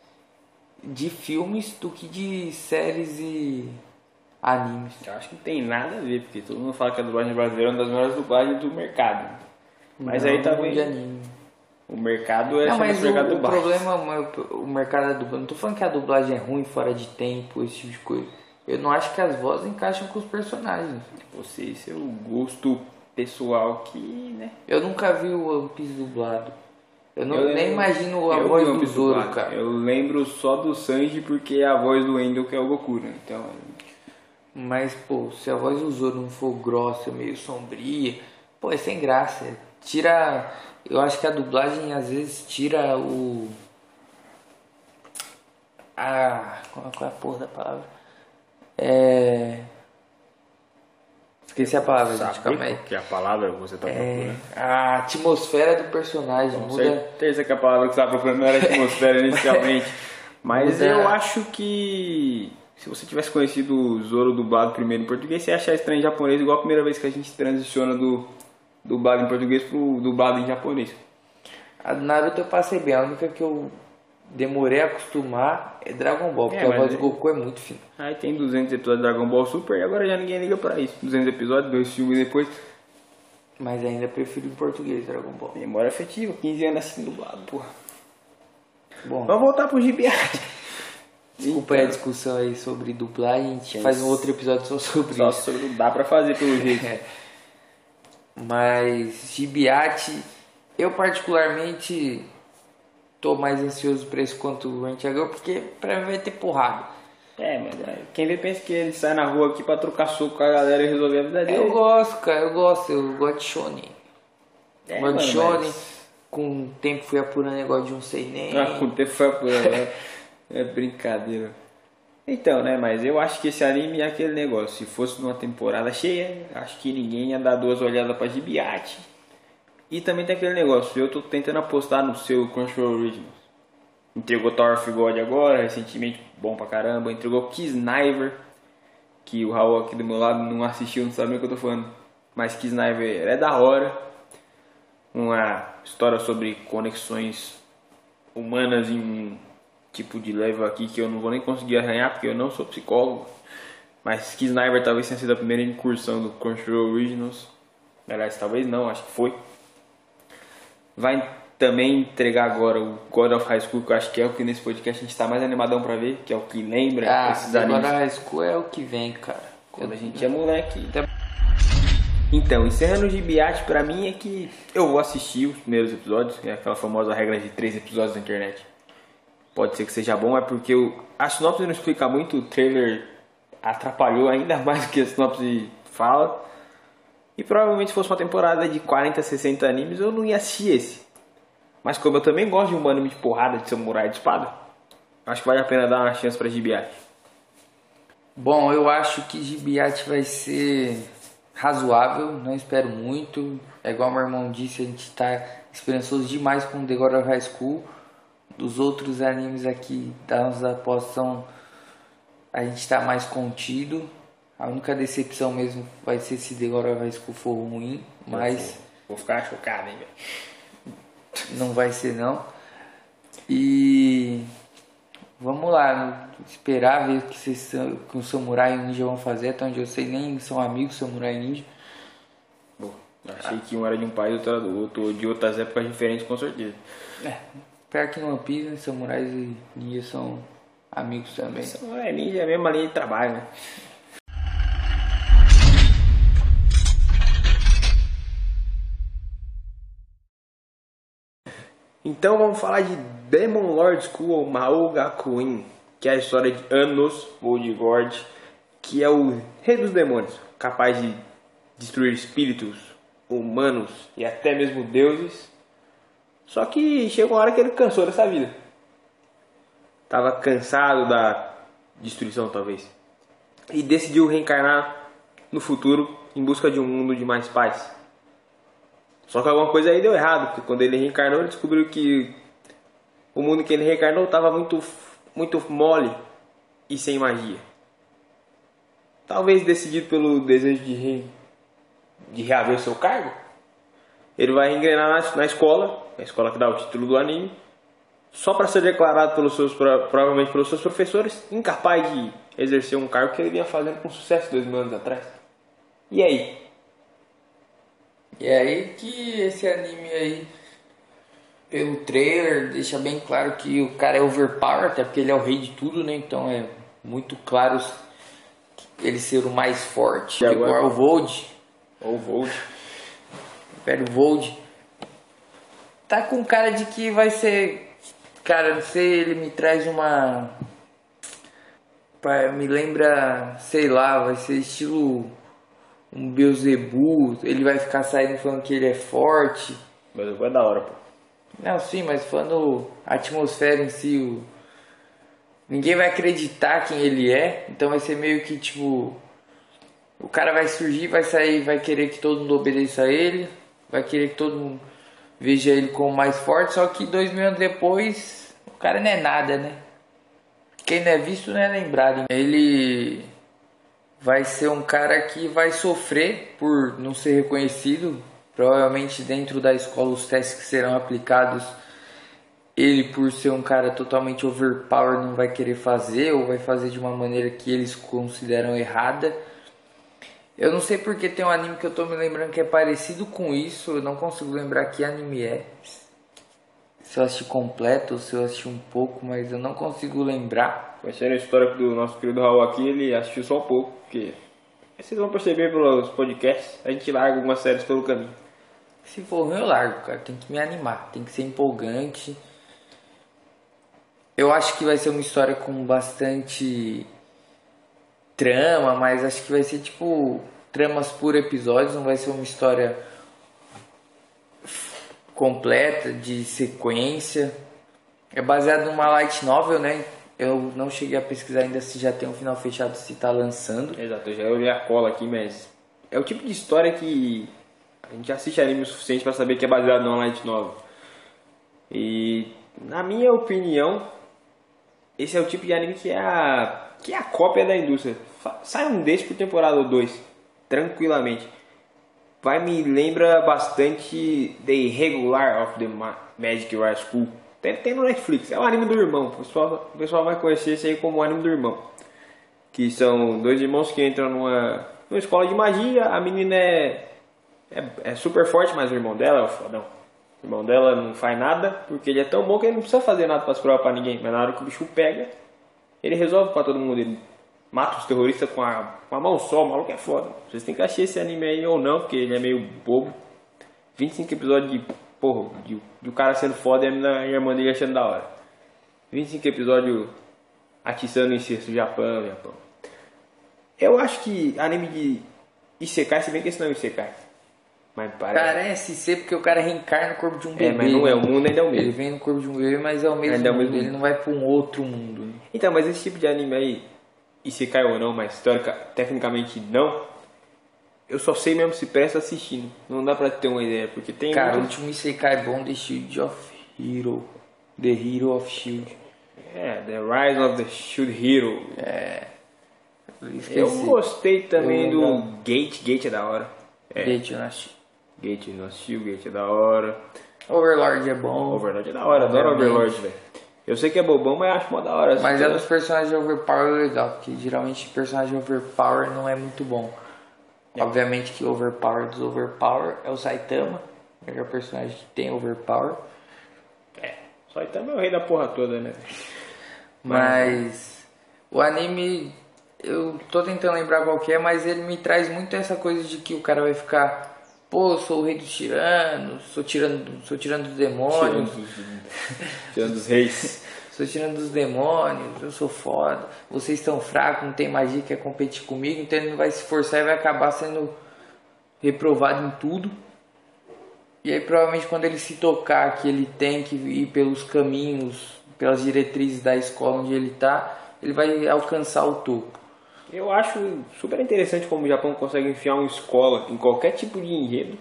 de filmes do que de séries e animes. Eu acho que não tem nada a ver, porque todo mundo fala que a dublagem brasileira é uma das melhores dublagens do mercado. Mas Não, aí também de anime. o mercado é Não, chama mas de o, mercado o dublagem. problema, o mercado da dublagem, não tô falando que a dublagem é ruim, fora de tempo, esse tipo de coisa. Eu não acho que as vozes encaixam com os personagens. Você e seu gosto pessoal que, né? Eu nunca vi o One Piece dublado. Eu, não, Eu nem lembro- imagino a eu voz vi do One Piece Zoro, dublado. cara. Eu lembro só do Sanji porque é a voz do Endo que é o Goku, né? Então, Mas, pô, se a voz do Zoro não for grossa, meio sombria, pô, é sem graça. Tira. Eu acho que a dublagem às vezes tira o. Ah, qual qual é a porra da palavra? É. Esqueci a palavra, gente, Sabe calma aí. qual que é a palavra que você tá procurando? É, a atmosfera do personagem Com muda. certeza que a palavra que você estava procurando não era atmosfera inicialmente. Mas Muda. eu acho que se você tivesse conhecido o Zoro dublado primeiro em português, você ia achar estranho em japonês, igual a primeira vez que a gente transiciona do dublado em português pro dublado em japonês. A do Naruto eu passei bem, a única que eu demorei a acostumar é Dragon Ball, porque É, a mas voz do é- Goku é muito fina. Aí tem duzentos episódios de Dragon Ball Super e agora já ninguém liga pra isso. duzentos episódios, dois filmes depois. Mas ainda prefiro em português Dragon Ball. Memória afetiva, quinze anos assim dublado, porra. Bom, Vamos voltar pro Gibi. desculpa aí a discussão aí sobre dublagem, a gente faz um outro episódio só sobre Só isso. sobre- dá pra fazer pelo jeito. É. Mas Gibiate, eu particularmente tô mais ansioso pra isso quanto o Ranchagão, porque pra mim vai ter porrada. É, mas é, quem vê pensa que ele sai na rua aqui pra trocar soco com a galera e resolver a vida dele. Eu gosto, cara, eu gosto, eu gosto de Shonen. É, gosto de mano, Shonen, mas- com o tempo fui apurando negócio de um seinen. Ah, com o tempo foi apurando, né? É brincadeira. Então, né, mas eu acho que esse anime é aquele negócio. Se fosse numa temporada cheia, acho que ninguém ia dar duas olhadas pra Gibiate. E também tem aquele negócio, eu tô tentando apostar no seu Crunchyroll Originals. Entregou Tower of God agora, recentemente, bom pra caramba. Entregou Kisniver, que o Raul aqui do meu lado não assistiu, não sabe nem o que eu tô falando. Mas Kisniver é da hora. Uma história sobre conexões humanas em um tipo de level aqui que eu não vou nem conseguir arranhar porque eu não sou psicólogo. Mas Kisniver talvez tenha sido a primeira incursão do Crunchyroll Originals. Aliás, talvez não, acho que foi. Vai também entregar agora o God of High School, que eu acho que é o que nesse podcast a gente está mais animadão pra ver, que é o que lembra Ah, esses animes. agora a High School é o que vem, cara. Quando a gente é moleque. Então, encerrando o Gibiate, pra mim é que eu vou assistir os primeiros episódios, que é aquela famosa regra de três episódios na internet. Pode ser que seja bom, é porque o, a sinopse não explica muito, o trailer atrapalhou ainda mais do que a sinopse fala. E provavelmente se fosse uma temporada de quarenta, sessenta animes, eu não ia assistir esse. Mas como eu também gosto de um anime de porrada, de samurai de espada, acho que vale a pena dar uma chance pra Gibiate. Bom, eu acho que Gibiate vai ser razoável, não espero muito. É igual meu irmão disse, a gente tá esperançoso demais com The God of High School. Dos outros animes aqui da nossa aposta, a gente tá mais contido. A única decepção mesmo vai ser se The God of High School for ruim, mas Vou, vou ficar chocado, hein, velho. não vai ser não. E vamos lá, esperar ver o que, vocês são, que o Samurai e o Ninja vão fazer. Até onde eu sei, nem são amigos Samurai e Ninja. Bom, achei que um era de um pai e outro era do outro, de outras épocas diferentes, com certeza. É, pior que no One Piece, né, Samurais e Ninja são amigos também. É, ninja é a mesma linha de trabalho, né? Então vamos falar de Demon Lord School ou Mao Gakuin, que é a história de Anos Voldemort, que é o rei dos demônios, capaz de destruir espíritos, humanos e até mesmo deuses. Só que chegou uma hora que ele cansou dessa vida. Tava cansado da destruição, talvez. E decidiu reencarnar no futuro em busca de um mundo de mais paz. Só que alguma coisa aí deu errado, porque quando ele reencarnou, ele descobriu que o mundo que ele reencarnou estava muito, muito mole e sem magia. Talvez decidido pelo desejo de, re... de reaver o seu cargo, ele vai engrenar na, na escola, a escola que dá o título do anime, só para ser declarado pelos seus, provavelmente pelos seus professores, incapaz de exercer um cargo que ele vinha fazendo com sucesso dois mil anos atrás. E aí? E é aí que esse anime aí, pelo trailer, deixa bem claro que o cara é overpower, até porque ele é o rei de tudo, né? Então é muito claro ele ser o mais forte. E agora? Igual o Vold. Ou Vold. Velho Vold. Tá com cara de que vai ser... Cara, não sei, ele me traz uma... Me lembra, sei lá, vai ser estilo... um Beelzebub, ele vai ficar saindo falando que ele é forte. Mas vai da hora, pô. Não, sim, mas falando a atmosfera em si, o... ninguém vai acreditar quem ele é, então vai ser meio que tipo O cara vai surgir, vai sair, vai querer que todo mundo obedeça a ele, vai querer que todo mundo veja ele como mais forte, só que dois mil anos depois, o cara não é nada, né? Quem não é visto não é lembrado. Ele vai ser um cara que vai sofrer por não ser reconhecido. Provavelmente dentro da escola os testes que serão aplicados, ele por ser um cara totalmente overpower não vai querer fazer, ou vai fazer de uma maneira que eles consideram errada. Eu não sei porque tem um anime que eu tô me lembrando que é parecido com isso. Eu não consigo lembrar que anime é. Se eu assisti completo ou se eu assisti um pouco, mas eu não consigo lembrar. Conhecendo a história do nosso querido Raul aqui, ele assistiu só um pouco, porque vocês vão perceber pelos podcasts, a gente larga algumas séries pelo caminho. Se for ruim eu largo, cara. Tem que me animar, tem que ser empolgante. Eu acho que vai ser uma história com bastante trama, mas acho que vai ser tipo tramas por episódios, não vai ser uma história completa de sequência. É baseado numa light novel, né? Eu não cheguei a pesquisar ainda se já tem um final fechado, se tá lançando. Exato, eu já olhei a cola aqui, mas é o tipo de história que a gente assiste anime o suficiente pra saber que é baseado numa light novel. E na minha opinião, esse é o tipo de anime que é a que é a cópia da indústria. Sai um desse por temporada ou dois, tranquilamente. Vai me lembra bastante The Irregular of the Magic High School. Tem, tem no Netflix, é o anime do irmão. O pessoal, o pessoal vai conhecer esse aí como o anime do irmão. Que são dois irmãos que entram numa, numa escola de magia. A menina é, é, é super forte, mas o irmão dela é o fodão. O irmão dela não faz nada, porque ele é tão bom que ele não precisa fazer nada pra se provar pra ninguém. Mas na hora que o bicho pega, ele resolve pra todo mundo. Ele mata os terroristas com a, com a mão só, o maluco é foda. Vocês têm que assistir esse anime aí ou não, porque ele é meio bobo. vinte e cinco episódios de, porra, de, de o cara sendo foda e a, minha, a irmã dele achando da hora. vinte e cinco episódios atiçando o incesto, Japão, Japão. Eu acho que anime de Isekai, se bem que esse não é um Isekai. Mas parece. Parece ser porque o cara reencarna no corpo de um bebê. É, mas não é, o mundo ainda é o mesmo. Ele vem no corpo de um bebê, mas é o mesmo ainda mundo. É o mesmo ele mundo. não vai pra um outro mundo. Né? Então, mas esse tipo de anime aí, Isekai ou não, mas histórica, tecnicamente não, eu só sei mesmo se presta assistindo. Não dá pra ter uma ideia, porque tem... Cara, muito... o último Isekai bom The Shield of Hero. The Hero of Shield. É, The Rise of the Shield Hero. É... Eu, eu gostei também eu do não... Gate. Gate é da hora. É. Gate eu não assisti. Gate eu não assisti, o Gate é da hora. Overlord é bom. Overlord é da hora, adoro Overlord, velho. Eu sei que é bobão, mas acho mó da hora. Mas é dos personagens overpower legal, porque geralmente personagem overpower não é muito bom. É. Obviamente que o overpower dos overpower é o Saitama, o melhor personagem que tem overpower. É, o Saitama é o rei da porra toda, né? Mas, mas o anime, eu tô tentando lembrar qual que é, mas ele me traz muito essa coisa de que o cara vai ficar... Pô, eu sou o rei dos tiranos, sou tirando, sou tirando dos demônios. Tirando dos reis. Sou tirando dos demônios, eu sou foda. Vocês estão fracos, não tem magia, quer competir comigo. Então ele não vai se esforçar e vai acabar sendo reprovado em tudo. E aí provavelmente quando ele se tocar que ele tem que ir pelos caminhos, pelas diretrizes da escola onde ele tá, ele vai alcançar o topo. Eu acho super interessante como o Japão consegue enfiar uma escola em qualquer tipo de enredo.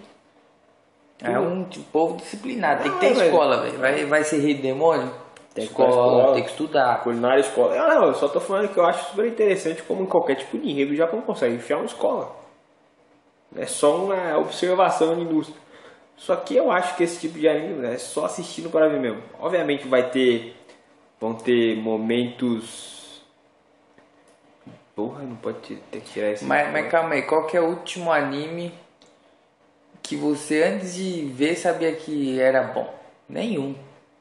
É um povo disciplinado, tem que ter ah, escola, velho. Vai, vai ser rei do demônio? Tem escola, escola, tem que estudar. Culinária, escola. Eu, não, eu só tô falando que eu acho super interessante como em qualquer tipo de enredo o Japão consegue enfiar uma escola. É só uma observação de indústria. Só que eu acho que esse tipo de anime é só assistindo para ver mesmo. Obviamente vai ter, vão ter momentos... Porra, não pode ter que tirar esse... Mas, mas calma aí, qual que é o último anime que você antes de ver sabia que era bom? Nenhum.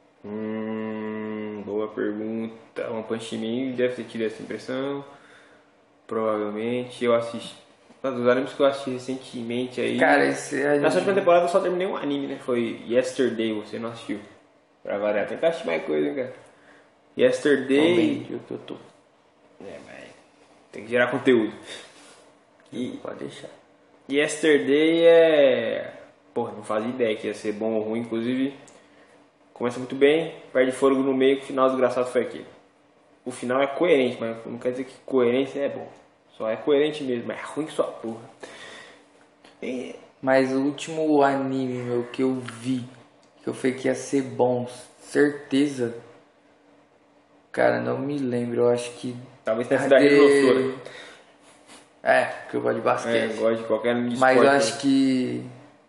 Hum, boa pergunta. One Punch Man deve ter tido essa impressão. Provavelmente. Eu assisti... Dos animes que eu assisti recentemente aí... Cara, esse anime... Na última temporada eu só terminei um anime, né? Foi Yesterday, você não assistiu. Pra variar, tem que assistir mais coisa, hein, cara. Yesterday... Também, que eu tô... É, mas... Tem que gerar conteúdo. E pode deixar. Yesterday é... Porra, não fazia ideia que ia ser bom ou ruim. Inclusive, começa muito bem, perde fôlego no meio, o final desgraçado foi aquele. O final é coerente, mas não quer dizer que coerência é bom. Só é coerente mesmo, é ruim que sua porra. E... Mas o último anime, meu, que eu vi, que eu falei que ia ser bom, certeza. Cara, não me lembro, eu acho que... Talvez tenha sido a Rede. É, porque eu gosto de basquete. É, eu gosto de qualquer anime de Mas esporte, eu acho né? que...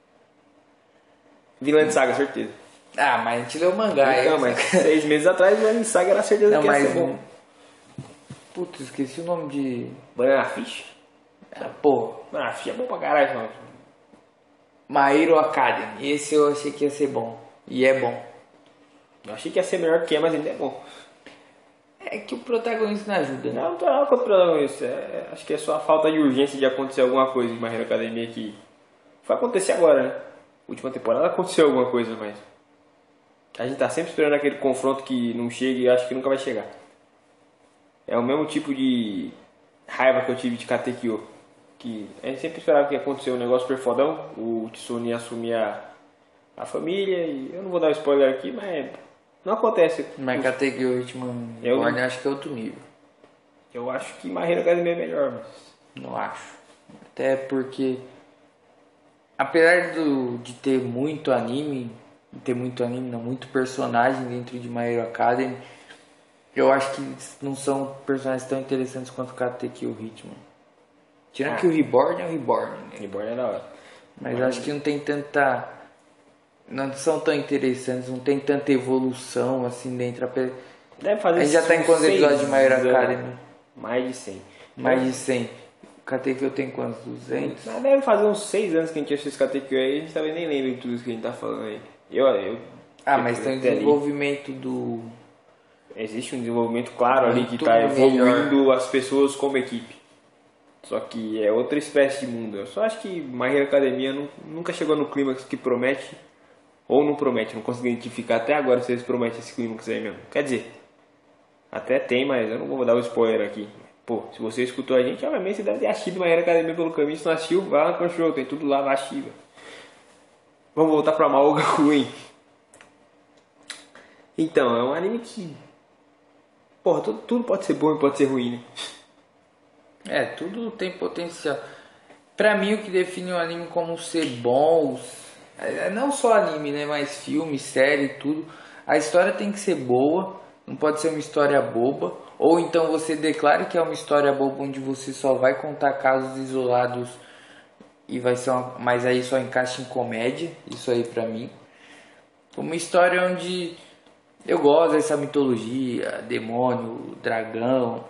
Vinland Saga, certeza. Ah, mas a gente leu o mangá. Então, é... mas seis meses atrás o Vinland Saga era certeza não, que ia mas... ser bom. Putz, esqueci o nome de... Banana Fish? Ah, pô. Banana Fish é bom pra caralho, mano. My Hero Academy. Esse eu achei que ia ser bom. E é bom. Eu achei que ia ser melhor que é, mas ainda é bom. É que o protagonista não ajuda, né? Não, não tô nada contra o protagonista. É, acho que é só a falta de urgência de acontecer alguma coisa em My Hero Academia que vai acontecer agora, né? Última temporada aconteceu alguma coisa, mas a gente tá sempre esperando aquele confronto que não chega e acho que nunca vai chegar. É o mesmo tipo de raiva que eu tive de Katekyo. Que a gente sempre esperava que ia acontecer um negócio super fodão. O Tsune ia assumir a, a família. E eu não vou dar spoiler aqui, mas não acontece. Mas Katekyo Hitman eu, Born acho que é outro nível. Eu acho que My Hero Academia é melhor, mas... Não acho. Até porque, apesar do, de ter muito anime, ter muito anime, não, muito personagem dentro de My Hero Academy, eu acho que não são personagens tão interessantes quanto Katekyo Hitman. Tirando ah. que o Reborn é o Reborn, né? Reborn é da hora. Mas eu acho que não tem tanta... Não são tão interessantes, não tem tanta evolução assim dentro. Deve fazer a gente já tá em quantos episódios de My Hero Academy? Mais de cem. Mais de cem. O Katekyo tem quantos? duzentos? Mas deve fazer uns seis anos que a gente assiste Katekyo aí, a gente talvez nem lembre de tudo isso que a gente tá falando aí. Eu, eu, ah, mas tem o desenvolvimento ali. do... Existe um desenvolvimento claro ali que tá evoluindo melhor. As pessoas como equipe. Só que é outra espécie de mundo. Eu só acho que My Hero Academia não, nunca chegou no clímax que promete ou não promete. Não consegui identificar até agora se eles prometem esse clímax aí mesmo. Quer dizer, até tem, mas eu não vou dar o spoiler aqui. Pô, se você escutou a gente, obviamente você deve ter assistido My Hero Academia pelo caminho. Se não assistiu, vai lá no Crunchyroll, tem tudo lá, vai assistir. Vamos voltar pra Maoga Queen. Então, é um anime que... Porra, tudo, tudo pode ser bom e pode ser ruim, né? É, tudo tem potencial. Pra mim, o que define o anime como ser bom, é não só anime, né, mas filme, série, tudo. A história tem que ser boa, não pode ser uma história boba. Ou então você declara que é uma história boba onde você só vai contar casos isolados e vai ser uma, mas aí só encaixa em comédia. Isso aí pra mim. Uma história onde eu gosto dessa mitologia, demônio, dragão,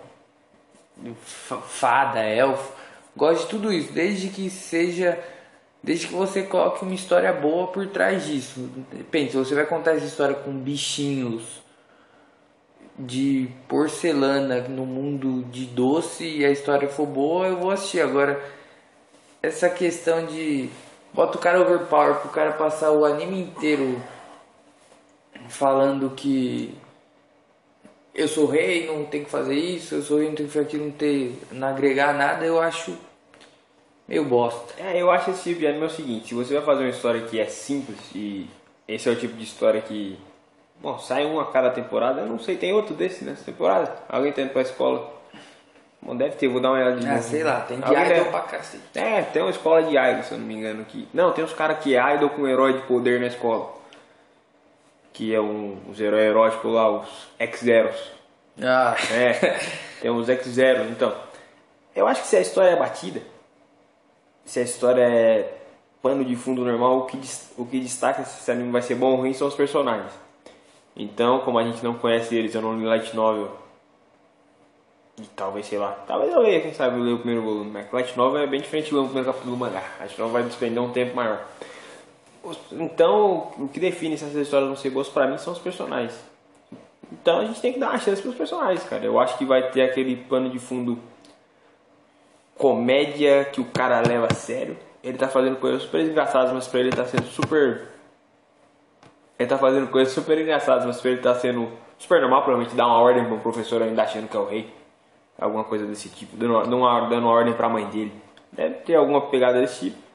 fada, elfo, gosto de tudo isso, desde que seja, desde que você coloque uma história boa por trás disso. Pense, você vai contar essa história com bichinhos de porcelana no mundo de doce e a história for boa, eu vou assistir. Agora, essa questão de bota o cara overpower pro cara passar o anime inteiro falando que eu sou rei, não tenho que fazer isso, eu sou rei, não tenho que fazer aquilo, não, ter, não agregar nada, eu acho meio bosta. É, eu acho esse tipo de anime é o seguinte, se você vai fazer uma história que é simples, e esse é o tipo de história que, bom, sai um a cada temporada, eu não sei, tem outro desse nessa temporada? Alguém tá indo pra escola? Bom, deve ter, vou dar uma olhada de ah, novo. sei lá, tem de Alguém idol deve... pra cacete. É, tem uma escola de idol, se eu não me engano aqui. Não, tem uns caras que é idol com herói de poder na escola. Que é um, os heróis eróticos lá, os X-Zeros. Ah. É, tem os X-Zeros. Então, eu acho que se a história é batida, se a história é pano de fundo normal, o que, o que destaca se esse anime vai ser bom ou ruim são os personagens. Então, como a gente não conhece eles, eu não li Light Novel, e talvez, sei lá, talvez eu leia, quem sabe eu leio o primeiro volume, mas Light Novel é bem diferente do primeiro capítulo do mangá. Light Novel vai despender um tempo maior. Então, o que define se essas histórias vão ser boas pra mim são os personagens. Então a gente tem que dar uma chance pros personagens, cara. Eu acho que vai ter aquele pano de fundo comédia que o cara leva a sério. Ele tá fazendo coisas super engraçadas, mas pra ele tá sendo super... Ele tá fazendo coisas super engraçadas, mas pra ele tá sendo super normal. Provavelmente dar uma ordem pro professor ainda achando que é o rei. Alguma coisa desse tipo. Dando uma, dando uma, dando uma ordem pra mãe dele. Deve ter alguma pegada desse tipo.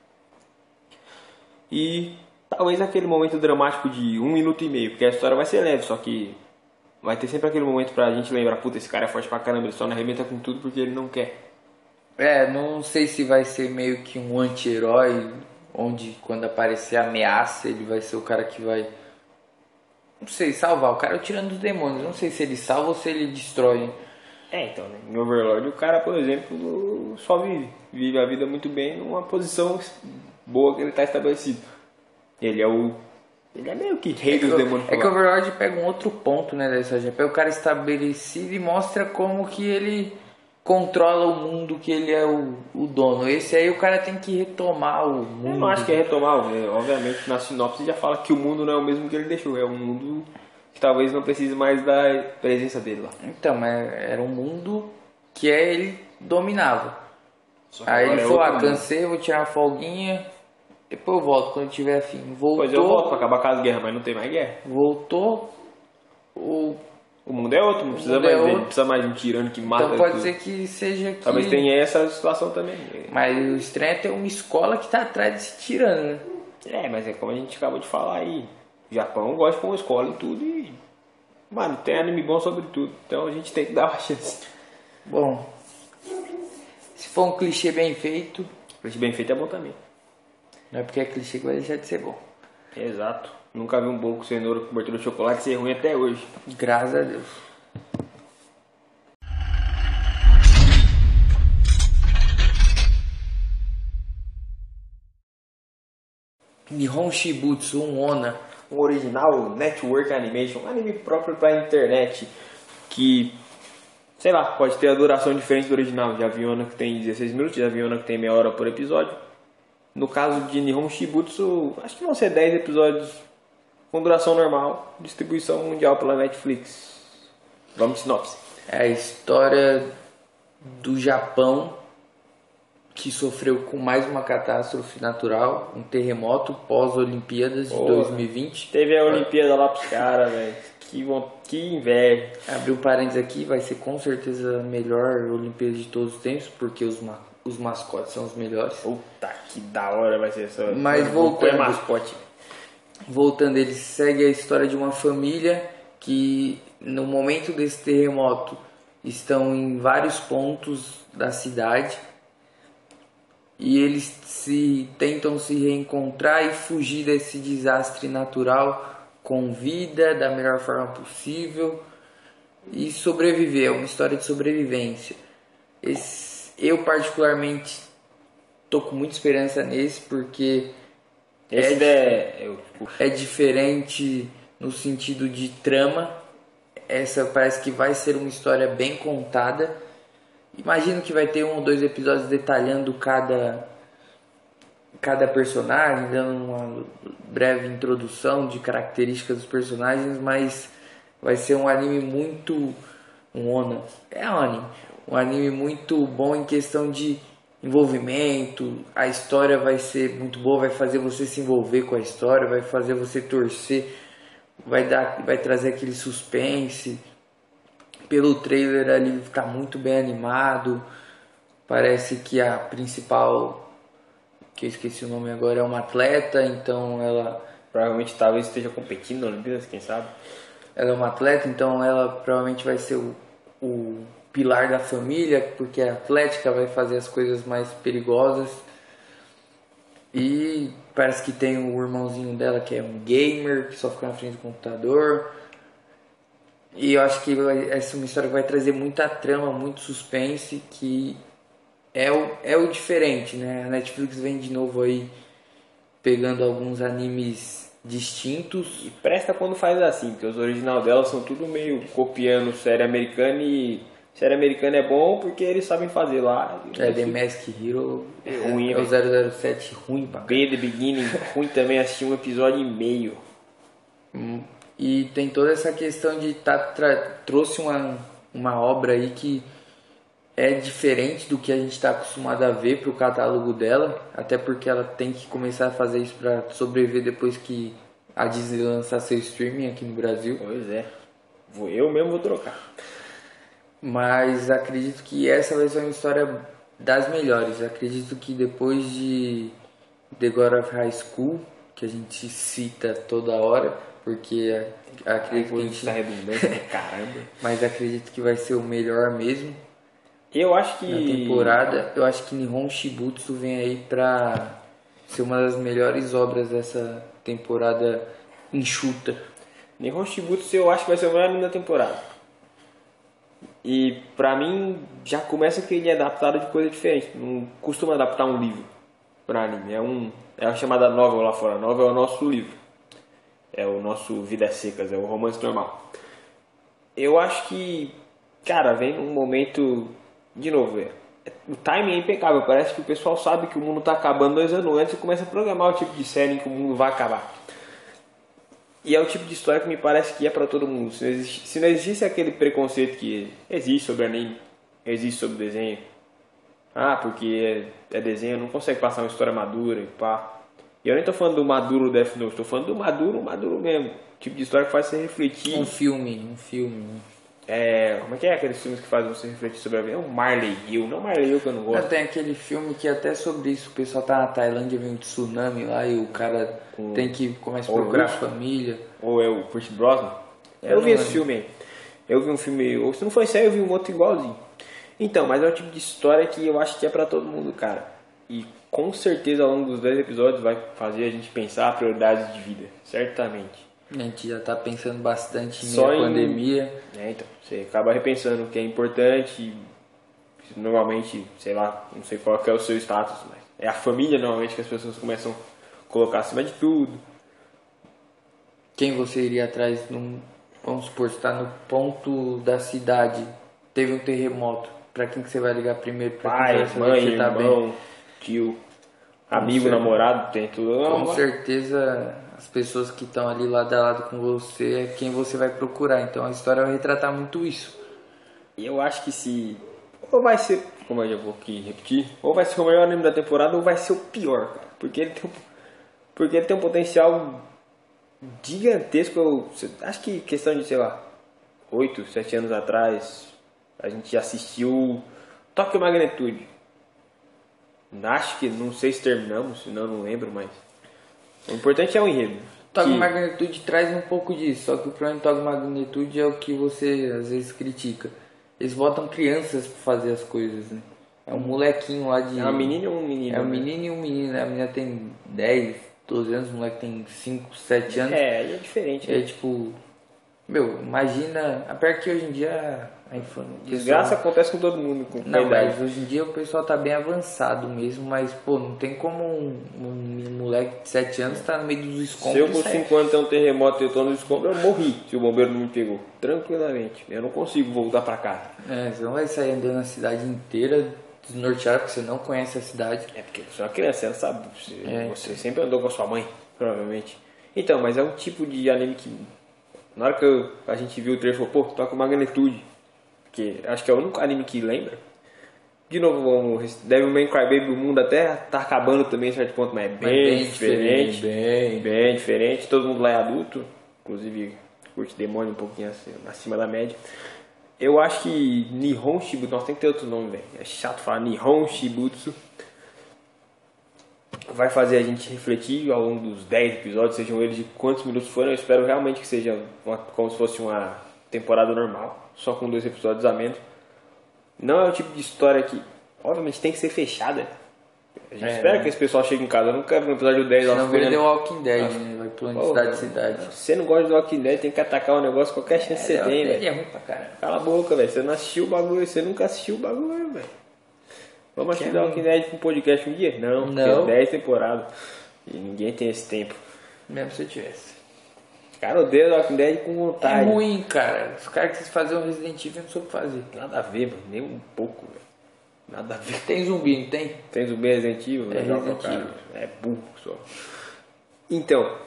E talvez aquele momento dramático de um minuto e meio, porque a história vai ser leve, só que vai ter sempre aquele momento pra gente lembrar, puta, esse cara é forte pra caramba, ele só não arrebenta com tudo porque ele não quer. É, não sei se vai ser meio que um anti-herói, onde quando aparecer ameaça ele vai ser o cara que vai, não sei, salvar o cara tirando os demônios. Não sei se ele salva ou se ele destrói. É, então, né? Em Overlord o cara, por exemplo, só vive. Vive a vida muito bem numa posição boa que ele está estabelecido. Ele é o... Ele é meio que rei É que, dos demônios. é que o Overlord pega um outro ponto, né, dessa já pega o cara estabelecido e mostra como que ele controla o mundo, que ele é o, o dono. Esse aí o cara tem que retomar o mundo. Eu não acho que é retomar, né? Obviamente na sinopse já fala que o mundo não é o mesmo que ele deixou, é um mundo que talvez não precise mais da presença dele lá. Então, mas era um mundo que é, ele dominava. Aí ele é falou, ah, mundo. cansei, vou tirar uma folguinha, depois eu volto quando tiver afim. Voltou, Pois eu volto pra acabar com as guerras, mas não tem mais guerra. voltou, o... O mundo é outro, não precisa mundo mais é dele, outro. não precisa mais de um tirano que mata então pode tudo. ser que seja que... Talvez tenha essa situação também. Mas o estranho é ter uma escola que tá atrás desse tirano, né? É, mas é como a gente acabou de falar aí. O Japão gosta de pôr uma escola em tudo e... Mano, tem anime bom sobre tudo. Então a gente tem que dar uma chance. Bom, se for um clichê bem feito, Clichê bem feito é bom também. não é porque é clichê que vai deixar de ser bom. Exato. Nunca vi um bolo com cenoura com cobertura de chocolate ser ruim até hoje. Graças a Deus. Nihon Shibutsu, um Onna. Um original Network Animation, um anime próprio pra internet. Que, sei lá, pode ter a duração diferente do original. Já vi Onna que tem dezesseis minutos, já vi Onna que tem meia hora por episódio. No caso de Nihon Shibutsu, acho que vão ser dez episódios com duração normal, distribuição mundial pela Netflix. Vamos de sinopse. É a história do Japão que sofreu com mais uma catástrofe natural, um terremoto pós-Olimpíadas de Porra. dois mil e vinte. Teve a Olimpíada lá pros caras, velho. Que, von- que inveja. Abriu um parênteses aqui, vai ser com certeza a melhor Olimpíada de todos os tempos, porque os, ma os mascotes são os melhores. Puta que da hora vai ser essa. Mas o voltando- é mascote. Voltando, ele segue a história de uma família que no momento desse terremoto estão em vários pontos da cidade e eles se tentam se reencontrar e fugir desse desastre natural com vida da melhor forma possível e sobreviver. É uma história de sobrevivência. Esse, eu particularmente tô com muita esperança nesse porque Esse é. Eu, é diferente no sentido de trama. Essa parece que vai ser uma história bem contada. Imagino que vai ter um ou dois episódios detalhando cada, cada personagem, dando uma breve introdução de características dos personagens, mas vai ser um anime muito... Um Onna. É um anime. Um anime muito bom em questão de envolvimento, a história vai ser muito boa, vai fazer você se envolver com a história, vai fazer você torcer, vai dar, vai trazer aquele suspense. Pelo trailer ali tá muito bem animado. Parece que a principal, que eu esqueci o nome agora, é uma atleta, então ela provavelmente talvez esteja competindo na Olimpíadas, quem sabe? ela é uma atleta, então ela provavelmente vai ser o, o pilar da família, porque a atlética vai fazer as coisas mais perigosas. E parece que tem o irmãozinho dela que é um gamer, que só fica na frente do computador. E eu acho que vai, essa é uma história que vai trazer muita trama, muito suspense, que é o, é o diferente, né? A Netflix vem de novo aí pegando alguns animes distintos. E presta quando faz assim, porque os original delas são tudo meio copiando série americana e série americana é bom porque eles sabem fazer lá. É, The Mask Hero É ruim, é o velho. zero zero sete ruim pra Bem The Beginning, ruim também, assisti um episódio e meio. Hum, E tem toda essa questão de tá, tra- trouxe uma, uma obra aí que é diferente do que a gente está acostumado a ver pro catálogo dela, até porque ela tem que começar a fazer isso para sobreviver depois que a Disney lançar seu streaming aqui no Brasil. Pois é. Vou, eu mesmo vou trocar. Mas acredito que essa vai ser uma história das melhores. Acredito que depois de The God of High School, que a gente cita toda hora, porque acredito que a gente... Essa redundância do caramba. mas acredito que vai ser o melhor mesmo. Eu acho que... na temporada. Eu acho que Nihon Shibutsu vem aí pra ser uma das melhores obras dessa temporada enxuta. Nihon Shibutsu eu acho que vai ser o melhor anime da temporada. E pra mim já começa que ele é adaptado de coisa diferente. Não costuma adaptar um livro pra anime. É, um, é a chamada novel lá fora. A novel é o nosso livro. É o nosso Vidas Secas, é o romance normal. Eu acho que, cara, vem um momento... De novo, é, o timing é impecável. Parece que o pessoal sabe que o mundo tá acabando dois anos antes e começa a programar o tipo de série em que o mundo vai acabar. E é o tipo de história que me parece que é pra todo mundo. Se não, existe, se não existisse aquele preconceito que existe sobre anime, existe sobre desenho. Ah, porque é, é desenho, não consegue passar uma história madura e pá. E eu nem tô falando do maduro Death Note, tô falando do maduro, maduro mesmo. Tipo de história que faz você refletir. Um filme, um filme. É, como é que é aqueles filmes que fazem você refletir sobre a vida? É um Marley Hill, não Marley Hill que eu não gosto. Tem aquele filme que até sobre isso, o pessoal tá na Tailândia, vem um tsunami lá e o cara Com- tem que começa a ou procurar a Ruth. família. Ou é o Pierce Brosnan? Eu Eu não vi esse lembro. filme aí. Eu vi um filme, ou se não foi sério, eu vi um outro igualzinho. Então, mas é o tipo de história que eu acho que é pra todo mundo, cara. E com certeza ao longo dos dez episódios vai fazer a gente pensar a prioridades de vida, certamente. A gente já tá pensando bastante em Só meio à em- pandemia. É, então, você acaba repensando o que é importante. e, Normalmente, sei lá, não sei qual que é o seu status, mas é a família normalmente que as pessoas começam a colocar acima de tudo. Quem você iria atrás num, vamos supor, você tá no ponto da cidade, teve um terremoto. Pra quem que você vai ligar primeiro? Pra quem Pai, você vai saber mãe, que você tá bem? irmão, tio, amigo, certeza. namorado, tem tudo. Com Não, certeza as pessoas que estão ali lado a lado com você é quem você vai procurar. Então a história vai retratar muito isso. E eu acho que se... Ou vai ser, como eu já vou aqui repetir, ou vai ser o melhor anime da temporada ou vai ser o pior, cara. Porque ele tem um, porque ele tem um potencial gigantesco. Eu acho que questão de, sei lá, oito, sete anos atrás, a gente assistiu Tokyo Magnitude. Acho que, não sei se terminamos, senão não lembro, mas... O importante é o enredo. Tog que- Magnitude traz um pouco disso, só que o problema do Tog Magnitude é o que você às vezes critica. Eles botam crianças pra fazer as coisas, né? É um molequinho lá de... É uma menina ou um menino? É um né? menino e um menino, né? A menina tem dez, doze anos, o moleque tem cinco, sete anos. É, aí é diferente. É né? tipo... Meu, imagina... Apesar que hoje em dia... A infância... Desgraça acontece com todo mundo, com Não, a idade. mas hoje em dia o pessoal tá bem avançado mesmo, mas, pô, não tem como um, um moleque de sete anos tá no meio dos Se escombros. eu com e sai- cinco anos ter um terremoto e eu tô no escombro, eu morri se o bombeiro não me pegou. Tranquilamente. Eu não consigo voltar pra casa. É, você não vai sair andando a cidade inteira desnorteado porque você não conhece a cidade. É porque você é uma criança, você não sabe. Você, É. você sempre andou com a sua mãe, provavelmente. Então, mas é um tipo de anime que... Na hora que eu- a gente viu o trailer, falou, pô, toca Magnitude. Que acho que é o único anime que lembra. De novo, vamos... Devilman Crybaby, o mundo até tá acabando também em certo ponto, mas é bem, Mas bem diferente. diferente, bem. Bem diferente. Todo mundo lá é adulto. Inclusive, curte demônio um pouquinho acima, acima da média. Eu acho que Nihon Shibutsu... Nossa, tem que ter outro nome, velho. É chato falar Nihon Shibutsu. Vai fazer a gente refletir ao longo dos dez episódios, sejam eles de quantos minutos forem. Eu espero realmente que seja uma, como se fosse uma temporada normal, só com dois episódios a menos. Não é o tipo de história que, obviamente, tem que ser fechada. A gente É, espera né? que esse pessoal chegue em casa. Eu não quero no episódio dez Senão lá vira The ficando- Walking Dead, né? Vai pulando de Pô, cidade em cidade. Se você não gosta do Walking Dead, tem que atacar o negócio, qualquer chance você The tem, Walking Dead velho. é ruim pra caramba. Cala a boca, velho. Você não assistiu o bagulho, você nunca assistiu o bagulho, velho. Vamos assistir Quer The Walking Dead com um podcast um dia? Não, Não. porque dez temporadas. E ninguém tem esse tempo. Mesmo se eu tivesse. Cara, eu odeio The Walking Dead com É vontade. ruim, cara. Os caras que quis fazer um Resident Evil não soube fazer. Nada a ver, mano. Nem um pouco, velho. Nada a ver. Tem zumbi, não tem? Tem zumbi Resident Evil? É Legal Resident pra caralho. Evil. É burro só. Então,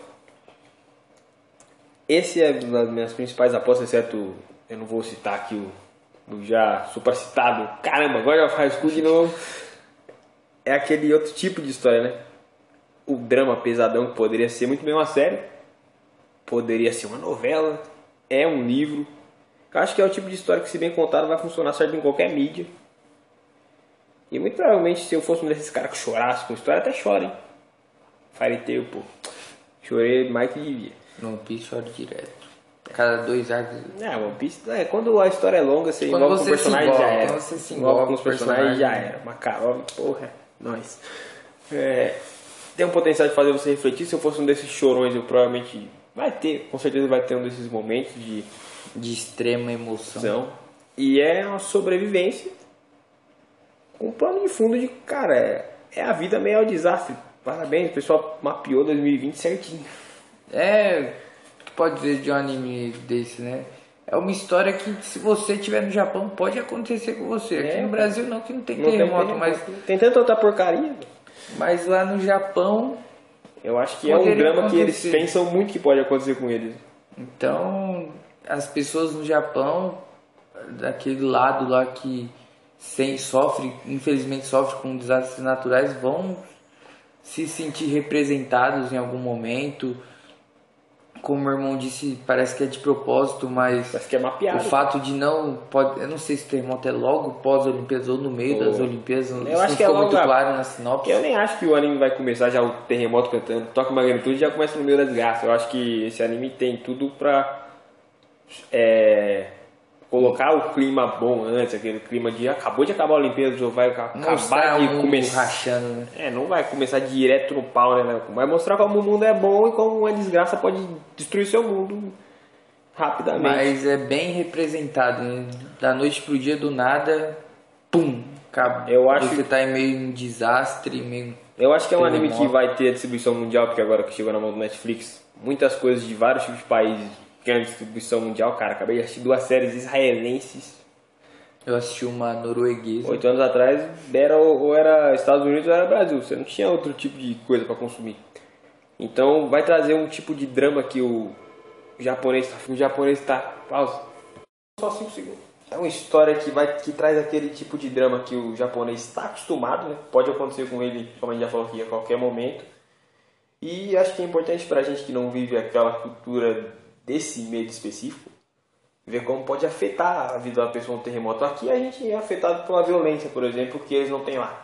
esse é uma das minhas principais apostas, exceto, eu não vou citar aqui o, o já supracitado, caramba, agora já faz School de novo. É aquele outro tipo de história, né? O drama pesadão que poderia ser muito bem uma série, poderia ser uma novela, é um livro. Eu acho que é o tipo de história que, se bem contado, vai funcionar certo em qualquer mídia. E muito provavelmente, se eu fosse um desses caras que chorasse com história, até chora, hein? Fire Tail, pô. Chorei mais que devia. One Piece chora direto. cada dois arcos. É, One Piece, é, quando a história é longa, você Quando envolve você com o personagem, se já envolve, era. quando você se envolve envolve com os com o personagens, já personagem. era. Macarov, porra, nós. É, tem um potencial de fazer você refletir. Se eu fosse um desses chorões, eu provavelmente vai ter, com certeza vai ter um desses momentos de De extrema emoção. emoção. E é uma sobrevivência com um plano de fundo de, cara, é, é a vida meio ao desastre. Parabéns, o pessoal mapeou dois mil e vinte certinho. É, o que pode dizer de um anime desse, né? É uma história que se você estiver no Japão pode acontecer com você. Aqui É, no Brasil não, que não tem Não tem terremoto, terremoto. mas, Tem tanta outra porcaria. mas lá no Japão, Eu acho que é um Poderia drama que eles acontecer. pensam muito que pode acontecer com eles. então as pessoas no Japão, daquele lado lá que sem, sofre, infelizmente sofre com desastres naturais, vão se sentir representados em algum momento. Como meu irmão disse, parece que é de propósito, mas Parece que é mapeado. o fato de não pode, eu não sei se o terremoto é logo pós Olimpíadas ou no meio Ou- das Olimpíadas, isso acho não que é ficou logo muito a- claro na sinopse. Eu nem acho que o anime vai começar já o terremoto cantando. Toca magnitude e já começa no meio da desgraça. Eu acho que esse anime tem tudo pra é, colocar o clima bom antes, aquele clima de acabou de acabar a Olimpíada, já vai Mostrar acabar o de mundo começar. rachando, né? É, não vai começar direto no pau, né? Né? Vai mostrar como o mundo é bom e como uma desgraça pode destruir seu mundo rapidamente. Mas é bem representado, né? Da noite pro dia, do nada, pum, acaba. Eu acho- Você tá em meio um desastre, meio... Eu acho que é um anime que terremoto. vai ter a distribuição mundial, porque agora que chegou na mão do Netflix, muitas coisas de vários tipos de países ganham distribuição mundial. Cara, acabei de assistir duas séries israelenses. Eu assisti uma norueguesa. Oito anos atrás, era ou era Estados Unidos ou era Brasil. Você não tinha outro tipo de coisa para consumir. Então vai trazer um tipo de drama que o japonês, o japonês tá... Pausa. Só cinco segundos. É uma história que, vai, que traz aquele tipo de drama que o japonês está acostumado, né? Pode acontecer com ele, como a gente já falou aqui, a qualquer momento. E acho que é importante pra gente que não vive aquela cultura desse meio específico, ver como pode afetar a vida da pessoa no terremoto. Aqui a gente é afetado pela violência, por exemplo, que eles não têm lá.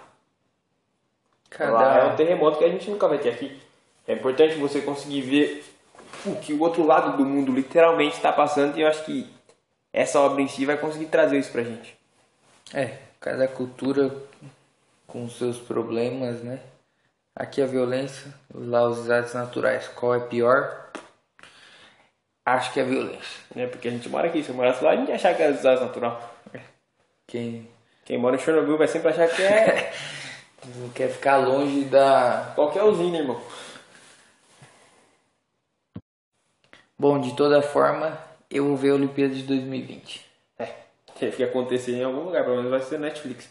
Lá é um terremoto que a gente nunca vai ter aqui. É importante você conseguir ver o que o outro lado do mundo literalmente está passando, e eu acho que essa obra em si vai conseguir trazer isso pra gente. É, cada cultura com seus problemas, né? Aqui a violência, lá os desastres naturais. Qual é pior? Acho que é a violência. É, porque a gente mora aqui, se eu morasse lá, a gente ia achar que é desastre natural. Quem Quem mora em Chernobyl vai sempre achar que é não quer ficar longe da... qualquer usina, irmão. Bom, de toda forma, eu vou ver a Olimpíada de dois mil e vinte. É, teve que acontecer em algum lugar, pelo menos vai ser Netflix.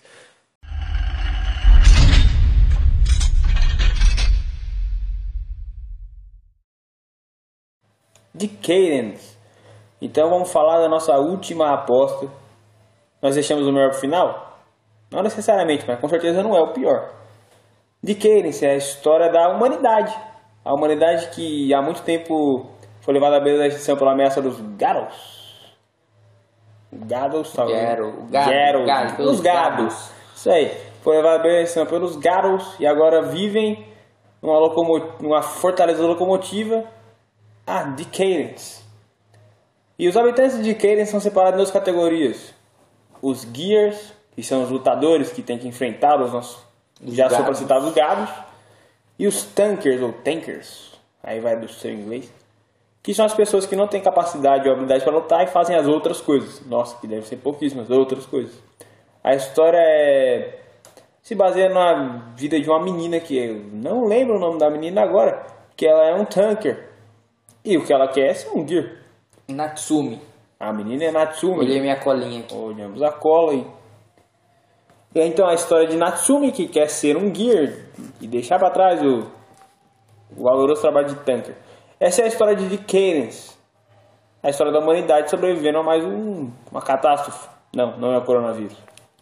Decadence. Então vamos falar da nossa última aposta. Nós deixamos o melhor pro final? Não necessariamente, mas com certeza não é o pior. Decadence é a história da humanidade. A humanidade que há muito tempo foi levada à beira da extinção pela ameaça dos Garos. Gados, talvez. Garo, gado, Garo, gado, pelos os gados. Isso aí. Foi levada à beira da extinção pelos Garos e agora vivem numa, locomo- numa fortaleza locomotiva, a Decadence. E os habitantes de Decadence são separados em duas categorias. Os Gears, que são os lutadores que tem que enfrentar os nossos já gados. supracitados gados. E os Tankers, ou Tankers, aí vai do seu inglês, que são as pessoas que não têm capacidade ou habilidade para lutar e fazem as outras coisas. Nossa, que devem ser pouquíssimas outras coisas. A história é... se baseia na vida de uma menina que eu não lembro o nome da menina agora, que ela é um Tanker. E o que ela quer é ser um Gear. Natsumi. A menina é Natsumi. Olhei minha colinha aqui. Olhamos a cola aí. E então a história de Natsumi, que quer ser um Gear e deixar para trás o, o valoroso trabalho de Tanker. Essa é a história de Decadence. A história da humanidade sobrevivendo a mais um, uma catástrofe. Não, não é o coronavírus.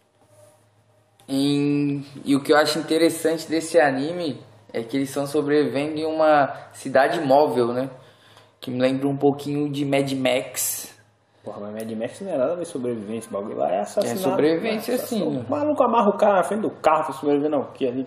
Em- E o que eu acho interessante desse anime é que eles estão sobrevivendo em uma cidade móvel, né? Que me lembra um pouquinho de Mad Max. Porra, mas Mad Max não é nada de sobrevivência. O bagulho lá é assassinato. É sobrevivência, é sim. O maluco amarra o cara na frente do carro pra sobreviver, não. Que ali.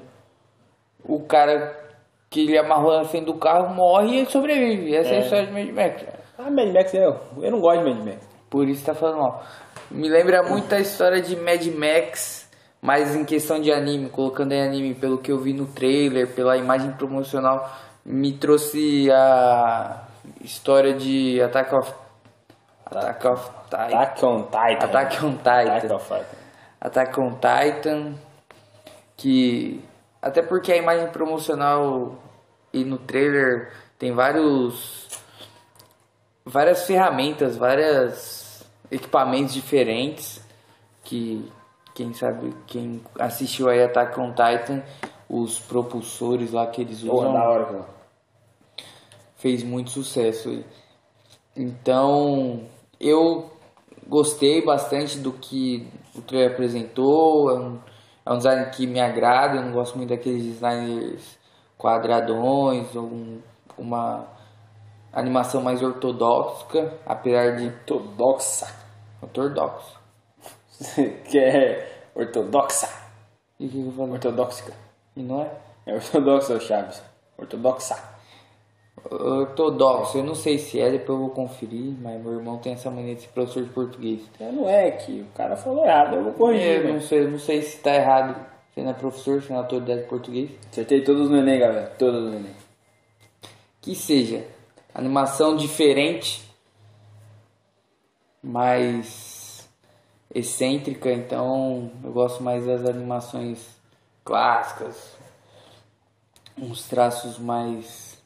O cara que ele amarrou na frente do carro morre e ele sobrevive. Essa é, a É. história de Mad Max. Ah, Ah, Mad Max, eu, eu não gosto de Mad Max. Por isso tá falando mal. Me lembra muito a história de Mad Max, mas em questão de anime, colocando em anime, pelo que eu vi no trailer, pela imagem promocional, me trouxe a história de Attack of Attack of Titan. Attack on Titan. Attack on Titan. Attack of Titan. Attack on Titan, que até porque a imagem promocional e no trailer tem vários várias ferramentas, vários equipamentos diferentes que quem sabe, quem assistiu aí Attack on Titan, os propulsores lá que eles usam, oh, da hora, cara. Fez muito sucesso aí. Então, eu gostei bastante do que o trailer apresentou. É um, é um design que me agrada. Eu não gosto muito daqueles designers quadradões, ou um, uma animação mais ortodoxa, apesar de... Ortodoxa. Ortodoxo. Que é ortodoxa. E o que eu falei? Ortodoxa. E não é? É ortodoxa, Chaves. Ortodoxa. Ortodoxo, eu não sei se é, depois eu vou conferir, mas meu irmão tem essa mania de ser professor de português. É, não é que o cara falou errado, eu vou corrigir. Eu não sei, não sei se tá errado. Você não é professor, você não é autoridade de português. Acertei todos no Enem, galera. Todos no Enem. Que seja, animação diferente, mais excêntrica, então eu gosto mais das animações clássicas, uns traços mais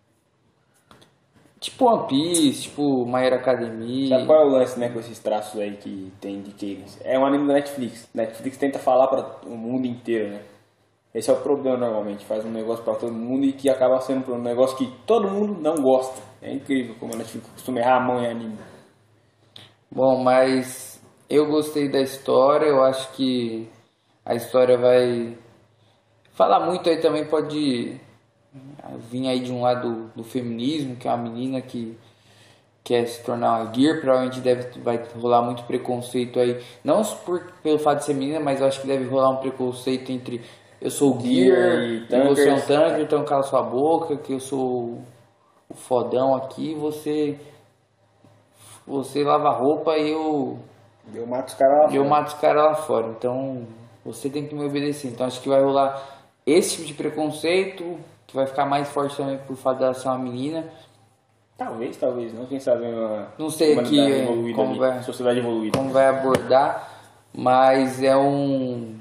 tipo One Piece, tipo My Hero Academia. Sabe qual é o lance, né, com esses traços aí que tem de Cadence? É um anime da Netflix. Netflix tenta falar para o mundo inteiro, né? Esse é o problema normalmente, faz um negócio para todo mundo e que acaba sendo um negócio que todo mundo não gosta. É incrível como a Netflix costuma errar a mão em anime. Bom, mas eu gostei da história, eu acho que a história vai falar muito aí também, pode vir aí de um lado do feminismo, que é uma menina que quer se tornar uma gear, provavelmente deve, vai rolar muito preconceito aí, não por, pelo fato de ser menina, mas eu acho que deve rolar um preconceito entre eu sou o gear e, e você é um tanque, então cala sua boca, que eu sou o fodão aqui, você você lava roupa e eu eu mato os caras lá eu fora. mato os caras lá fora, então você tem que me obedecer. Então acho que vai rolar esse tipo de preconceito, que vai ficar mais forte também por fato dela ser uma menina. Talvez, talvez não, quem sabe uma não sei aqui como vai, sociedade evoluída, como vai abordar, mas é um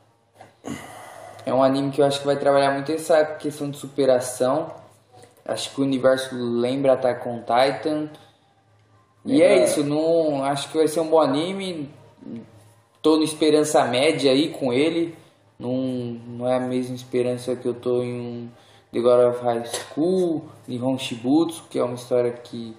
é um anime que eu acho que vai trabalhar muito essa questão de superação. Acho que o universo lembra Attack on Titan. E é, é isso, não, acho que vai ser um bom anime. Tô no esperança média aí com ele. Não, não é a mesma esperança que eu tô em um The God of High School, Nihon Shibutsu, que é uma história que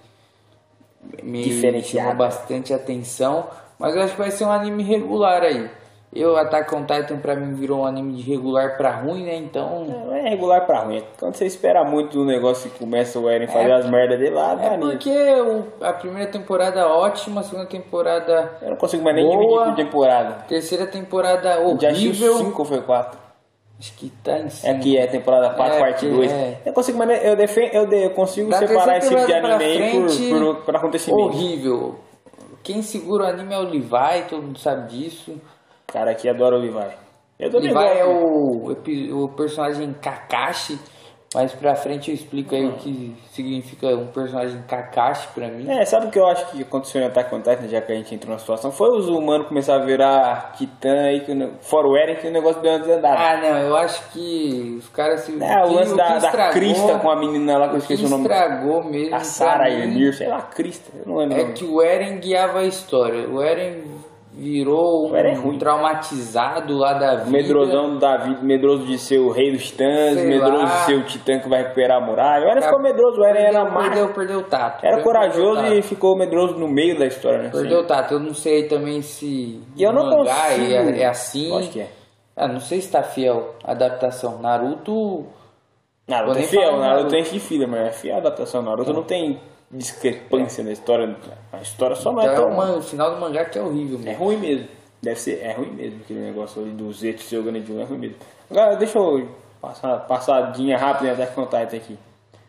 me chamou bastante atenção. Mas eu acho que vai ser um anime regular aí. Eu, Attack on Titan pra mim virou um anime de regular pra ruim, né? Então... Não é regular pra ruim. Quando você espera muito do negócio e começa o Eren fazer é, as merdas dele lá, é porque o, a primeira temporada ótima, a segunda temporada eu não consigo mais nem dividir por temporada. Terceira temporada horrível. Já assistiu cinco ou foi quatro? Acho que tá em cinco. É que é temporada quatro, é, parte dois. É. Eu consigo, mas eu, defendo, eu, de, eu consigo da separar esse tipo de anime aí por, por, por acontecimento. Horrível. Quem segura o anime é o Levi, todo mundo sabe disso. Cara, aqui adora o Levi. Eu Levi é o, o personagem Kakashi. Mais pra frente eu explico aí hum. o que significa um personagem Kakashi pra mim. É, sabe o que eu acho que aconteceu em Attack on Titan, já que a gente entrou na situação? Foi os humanos começarem a virar titã aí, que o, fora o Eren, que o negócio deu uma desandada. Ah, não, eu acho que os caras se... É, o lance da, da Crista com a menina lá, que eu esqueci o nome. estragou mesmo. A Sarah e o Mir, sei lá, Crista, eu não lembro. É que o Eren guiava a história. O Eren... virou um, é ruim. traumatizado lá da vida. Medrosão da vida, medroso de ser o rei dos titãs, Sei medroso lá. de ser o titã que vai recuperar a muralha. O Eren ficou medroso, o Eren era mais. Perdeu, perdeu o tato. Era perdeu, corajoso perdeu e ficou medroso no meio da história, né? Perdeu o tato. Eu não sei também se e eu não mangá consigo. É, é assim. Acho que é. Ah, não sei se tá fiel a adaptação. Naruto. Naruto é fiel, Naruto, Naruto tem filler, mas é fiel a adaptação. Naruto não tem discrepância na história. A história só não então é tão... é o, o final do mangá que é horrível mesmo. É ruim mesmo. Deve ser, é ruim mesmo aquele negócio ali do Zetsu jogando de um, é ruim mesmo. Agora deixa eu passar passadinha rápida em Attack on Titan aqui.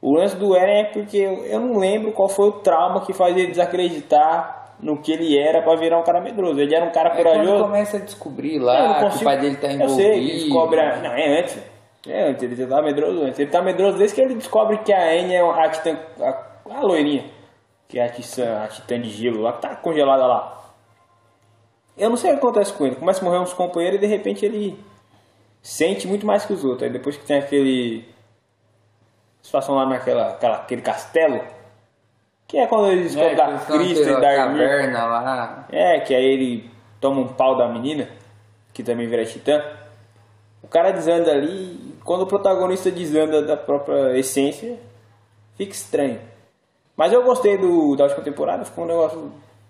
O lance do Eren é porque eu, eu não lembro qual foi o trauma que fazia ele desacreditar no que ele era pra virar um cara medroso. Ele era um cara É corajoso. quando começa a descobrir lá consigo, que o pai dele tá envolvido. Eu sei, ele descobre... A, não, é antes. É antes, ele tá medroso antes. Ele tá medroso desde que ele descobre que a Anne é a titã... A, a loirinha. Que é a titã, a titã de gelo lá, que tá congelada lá. Eu não sei o que acontece com ele. Começa a morrer uns companheiros e de repente ele sente muito mais que os outros. Aí depois que tem aquele... situação lá naquela aquela, aquele castelo, que é quando ele descobre é, da Crista e da caverna lá. É, que aí ele toma um pau da menina, que também vira titã. O cara desanda ali, e quando o protagonista desanda da própria essência, fica estranho. Mas eu gostei do, da última temporada, ficou um negócio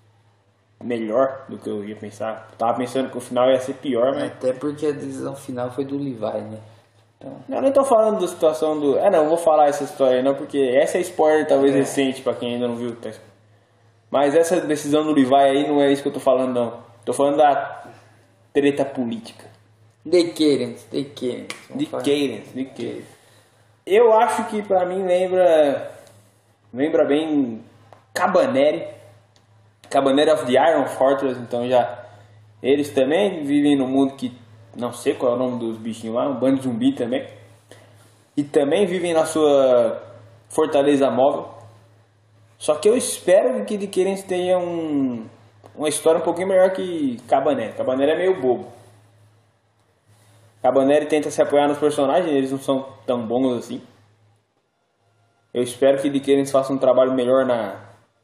melhor do que eu ia pensar. Eu tava pensando que o final ia ser pior, mas... Até porque a decisão final foi do Levi, né? Então... Eu nem tô falando da situação do... É, não, eu vou falar essa história aí não, porque essa é spoiler talvez é. recente pra quem ainda não viu. Mas essa decisão do Levi aí não é isso que eu tô falando, não. Tô falando da treta política. The Cadence, The Cadence. The Cadence, The Cadence. Eu acho que pra mim lembra... Lembra bem Cabaneri. Cabaneri of the Iron Fortress, então já... Eles também vivem num mundo que... Não sei qual é o nome dos bichinhos lá, um bando de zumbi também. E também vivem na sua fortaleza móvel. Só que eu espero que de querem tenha um, uma história um pouquinho melhor que Cabaneri. Cabaneri é meio bobo. Cabaneri tenta se apoiar nos personagens, eles não são tão bons assim. Eu espero que de querem faça um trabalho melhor na,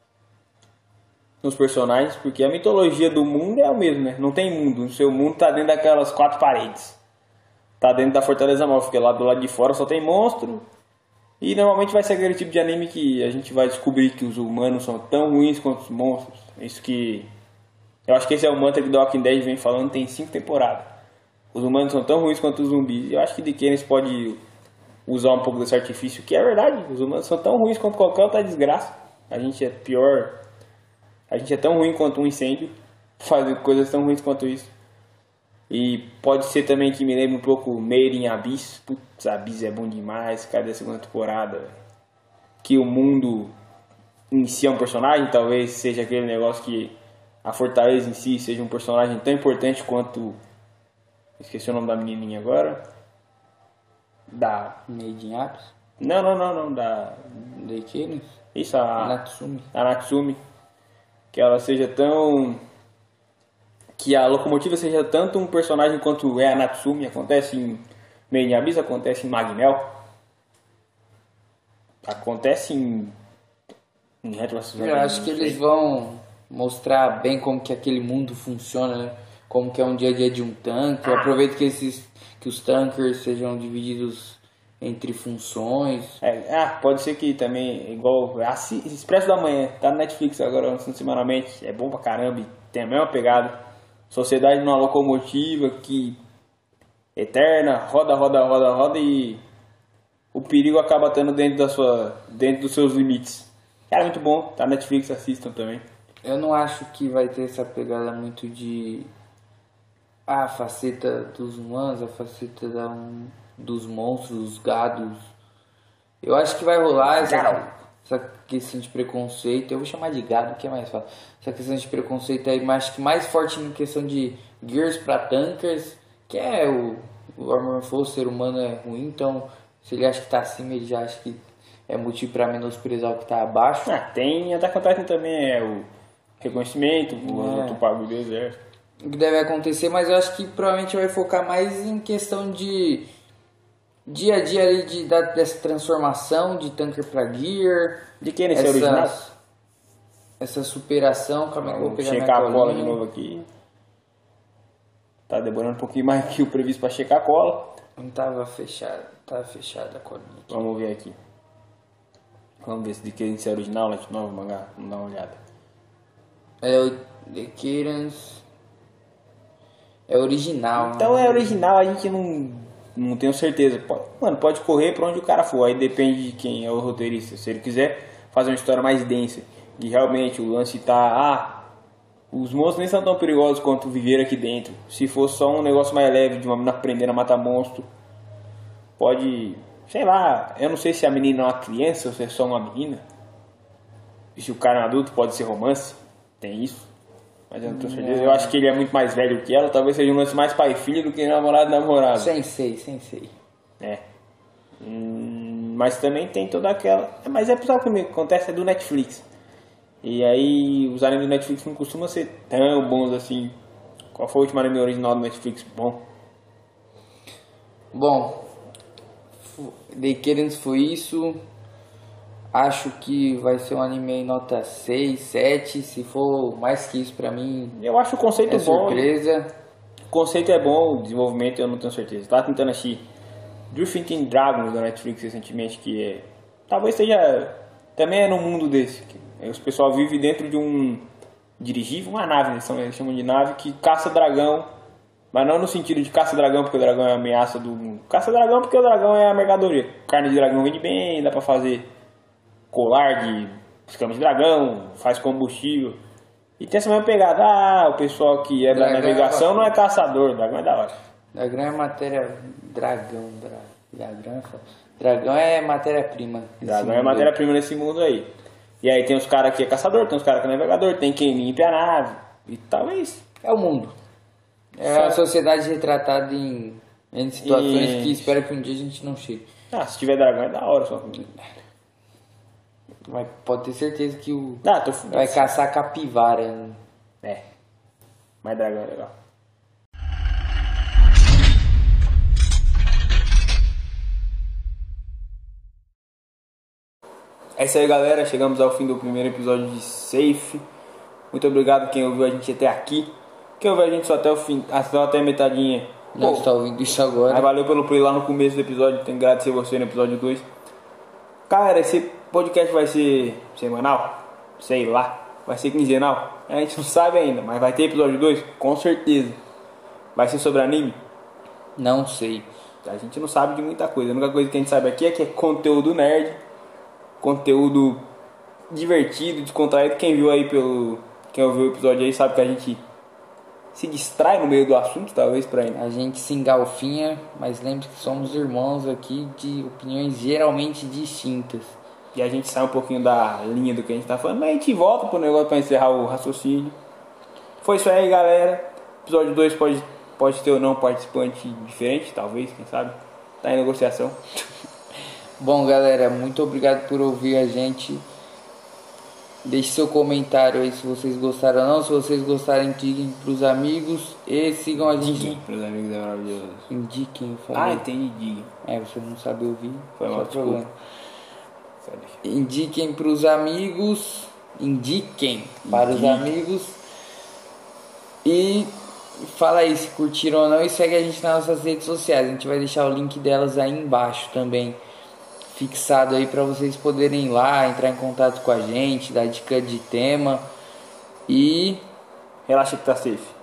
nos personagens, porque a mitologia do mundo é o mesmo, né? Não tem mundo, o seu mundo tá dentro daquelas quatro paredes. Tá dentro da fortaleza móvel, porque lá do lado de fora só tem monstro. E normalmente vai ser aquele tipo de anime que a gente vai descobrir que os humanos são tão ruins quanto os monstros. Isso que... Eu acho que esse é o mantra que The Walking Dead vem falando, tem cinco temporadas. Os humanos são tão ruins quanto os zumbis. Eu acho que The Kenneth pode usar um pouco desse artifício, que é verdade. Os humanos são tão ruins quanto qualquer outra desgraça. A gente é pior... A gente é tão ruim quanto um incêndio, fazer coisas tão ruins quanto isso. E pode ser também que me lembre um pouco Made in Abyss. Putz, Abyss é bom demais, cadê a segunda temporada? Que o mundo em si é um personagem, talvez seja aquele negócio que a fortaleza em si seja um personagem tão importante quanto... Esqueci o nome da menininha agora. Da... Made in Abyss? Não, não, não, não, da... The Kenneth? Isso, a... Natsumi. A Natsumi. Que ela seja tão... Que a locomotiva seja tanto um personagem quanto é a Natsumi. Acontece em Made in Abyss, acontece em Magnel. Acontece em... em Retro Eu acho que eles vão mostrar bem como que aquele mundo funciona, né? Como que é um dia a dia de um tanque. Eu aproveito que, esses, que os tankers sejam divididos entre funções. É, ah, pode ser que também, igual assi, Expresso da Manhã, tá no Netflix agora, lançando semanalmente, é bom pra caramba, e tem a mesma pegada. Sociedade numa locomotiva que eterna, roda, roda, roda, roda e o perigo acaba estando dentro da sua, dentro dos seus limites. Cara, muito bom, tá no Netflix, assistam também. Eu não acho que vai ter essa pegada muito de a faceta dos humanos, a faceta da um, dos monstros, dos gados. Eu acho que vai rolar essa, essa questão de preconceito. Eu vou chamar de gado, que é mais fácil. Essa questão de preconceito aí, mas acho que mais forte em questão de gears para tankers, que é o, o Armor Fall, o ser humano é ruim, então se ele acha que tá acima, ele já acha que é motivo para menosprezar o que tá abaixo. Ah, tem Attack on Titan também, é o reconhecimento, o é. outro pago do exército. O que deve acontecer, mas eu acho que provavelmente vai focar mais em questão de dia a dia ali de, da, dessa transformação de tanker para gear. De quem nesse original? Essa superação. Calma aí, eu vou pegar checar a cola de novo aqui. Tá demorando um pouquinho mais que o previsto para checar a cola. Não tava fechado, tava fechada a colinha aqui. Vamos ver aqui. Vamos ver se The Cadence é original, né? Novo mangá, vamos dar uma olhada. É o The Cadence. É original. Então né? é original, a gente não, não tenho certeza. Pode, mano, pode correr pra onde o cara for. Aí depende de quem é o roteirista. Se ele quiser fazer uma história mais densa, e realmente o lance tá... Ah, os monstros nem são tão perigosos quanto viver aqui dentro. Se for só um negócio mais leve, de uma menina aprendendo a matar monstro, pode, sei lá, eu não sei se a menina é uma criança ou se é só uma menina. E se o cara é um adulto pode ser romance, tem isso. Mas eu não tenho certeza. Eu acho que ele é muito mais velho que ela, talvez seja um lance mais pai e filho do que namorado e namorado. Sensei, sensei. É. Hum, mas também tem toda aquela. Mas é pessoal que me acontece é do Netflix. E aí os animes do Netflix não costumam ser tão bons assim. Qual foi o último anime original do Netflix? Bom. Bom, The Killers foi isso. Acho que vai ser um anime em nota seis, sete. Se for mais que isso pra mim, eu acho o conceito é bom. surpresa. O conceito é bom, o desenvolvimento eu não tenho certeza. Tava tentando assistir Drifting Dragons da Netflix recentemente, que é, talvez seja, também é num mundo desse. Que os pessoal vive dentro de um dirigível, uma nave, eles, são, eles chamam de nave, que caça dragão. Mas não no sentido de caça-dragão porque o dragão é a ameaça do mundo. Caça-dragão porque o dragão é a mercadoria. Carne de dragão vende bem, dá pra fazer colar de escama de dragão, faz combustível. E tem essa mesma pegada. Ah, o pessoal que é da navegação é não é caçador, dragão é da hora. Dragão é matéria... Dragão, dra... dragão, é... dragão é matéria-prima. Dragão é matéria-prima nesse mundo aí. E aí tem os caras que é caçador, tem os caras que é navegador, tem quem limpa a nave. E talvez. É o mundo. É a sociedade retratada em, em situações e... que espero que um dia a gente não chegue. Ah, se tiver dragão é da hora só. Mas pode ter certeza que o ah, tô... vai caçar capivara. Né? É. Mas dragão é legal. É isso aí, galera. Chegamos ao fim do primeiro episódio de Safe. Muito obrigado quem ouviu a gente até aqui. Quem ouviu a gente só até o fim, só até a metadinha. Não está ouvindo isso agora. Aí valeu pelo play lá no começo do episódio. Tenho que agradecer você no episódio dois. Galera, esse podcast vai ser semanal? Sei lá. Vai ser quinzenal? A gente não sabe ainda, mas vai ter episódio dois? Com certeza. Vai ser sobre anime? Não sei. A gente não sabe de muita coisa. A única coisa que a gente sabe aqui é que é conteúdo nerd. Conteúdo divertido, descontraído. Quem viu aí pelo... Quem ouviu o episódio aí sabe que a gente se distrai no meio do assunto, talvez, pra ele. A gente se engalfinha, mas lembre que somos irmãos aqui de opiniões geralmente distintas. E a gente sai um pouquinho da linha do que a gente tá falando, mas a gente volta pro negócio pra encerrar o raciocínio. Foi isso aí, galera. Episódio dois pode, pode ter ou não participante diferente, talvez, quem sabe. Tá em negociação. Bom, galera, muito obrigado por ouvir a gente. Deixe seu comentário aí se vocês gostaram ou não. Se vocês gostarem, indiquem pros amigos e sigam a gente. Indiquem pros amigos, é maravilhoso. Indiquem, falei. Ah, entendi. É, você não sabe ouvir. Foi mal, desculpa. Indiquem pros amigos. Indiquem para os amigos. E fala aí se curtiram ou não. E segue a gente nas nossas redes sociais. A gente vai deixar o link delas aí embaixo também, fixado aí para vocês poderem ir lá, entrar em contato com a gente, dar dica de tema e relaxa que tá safe.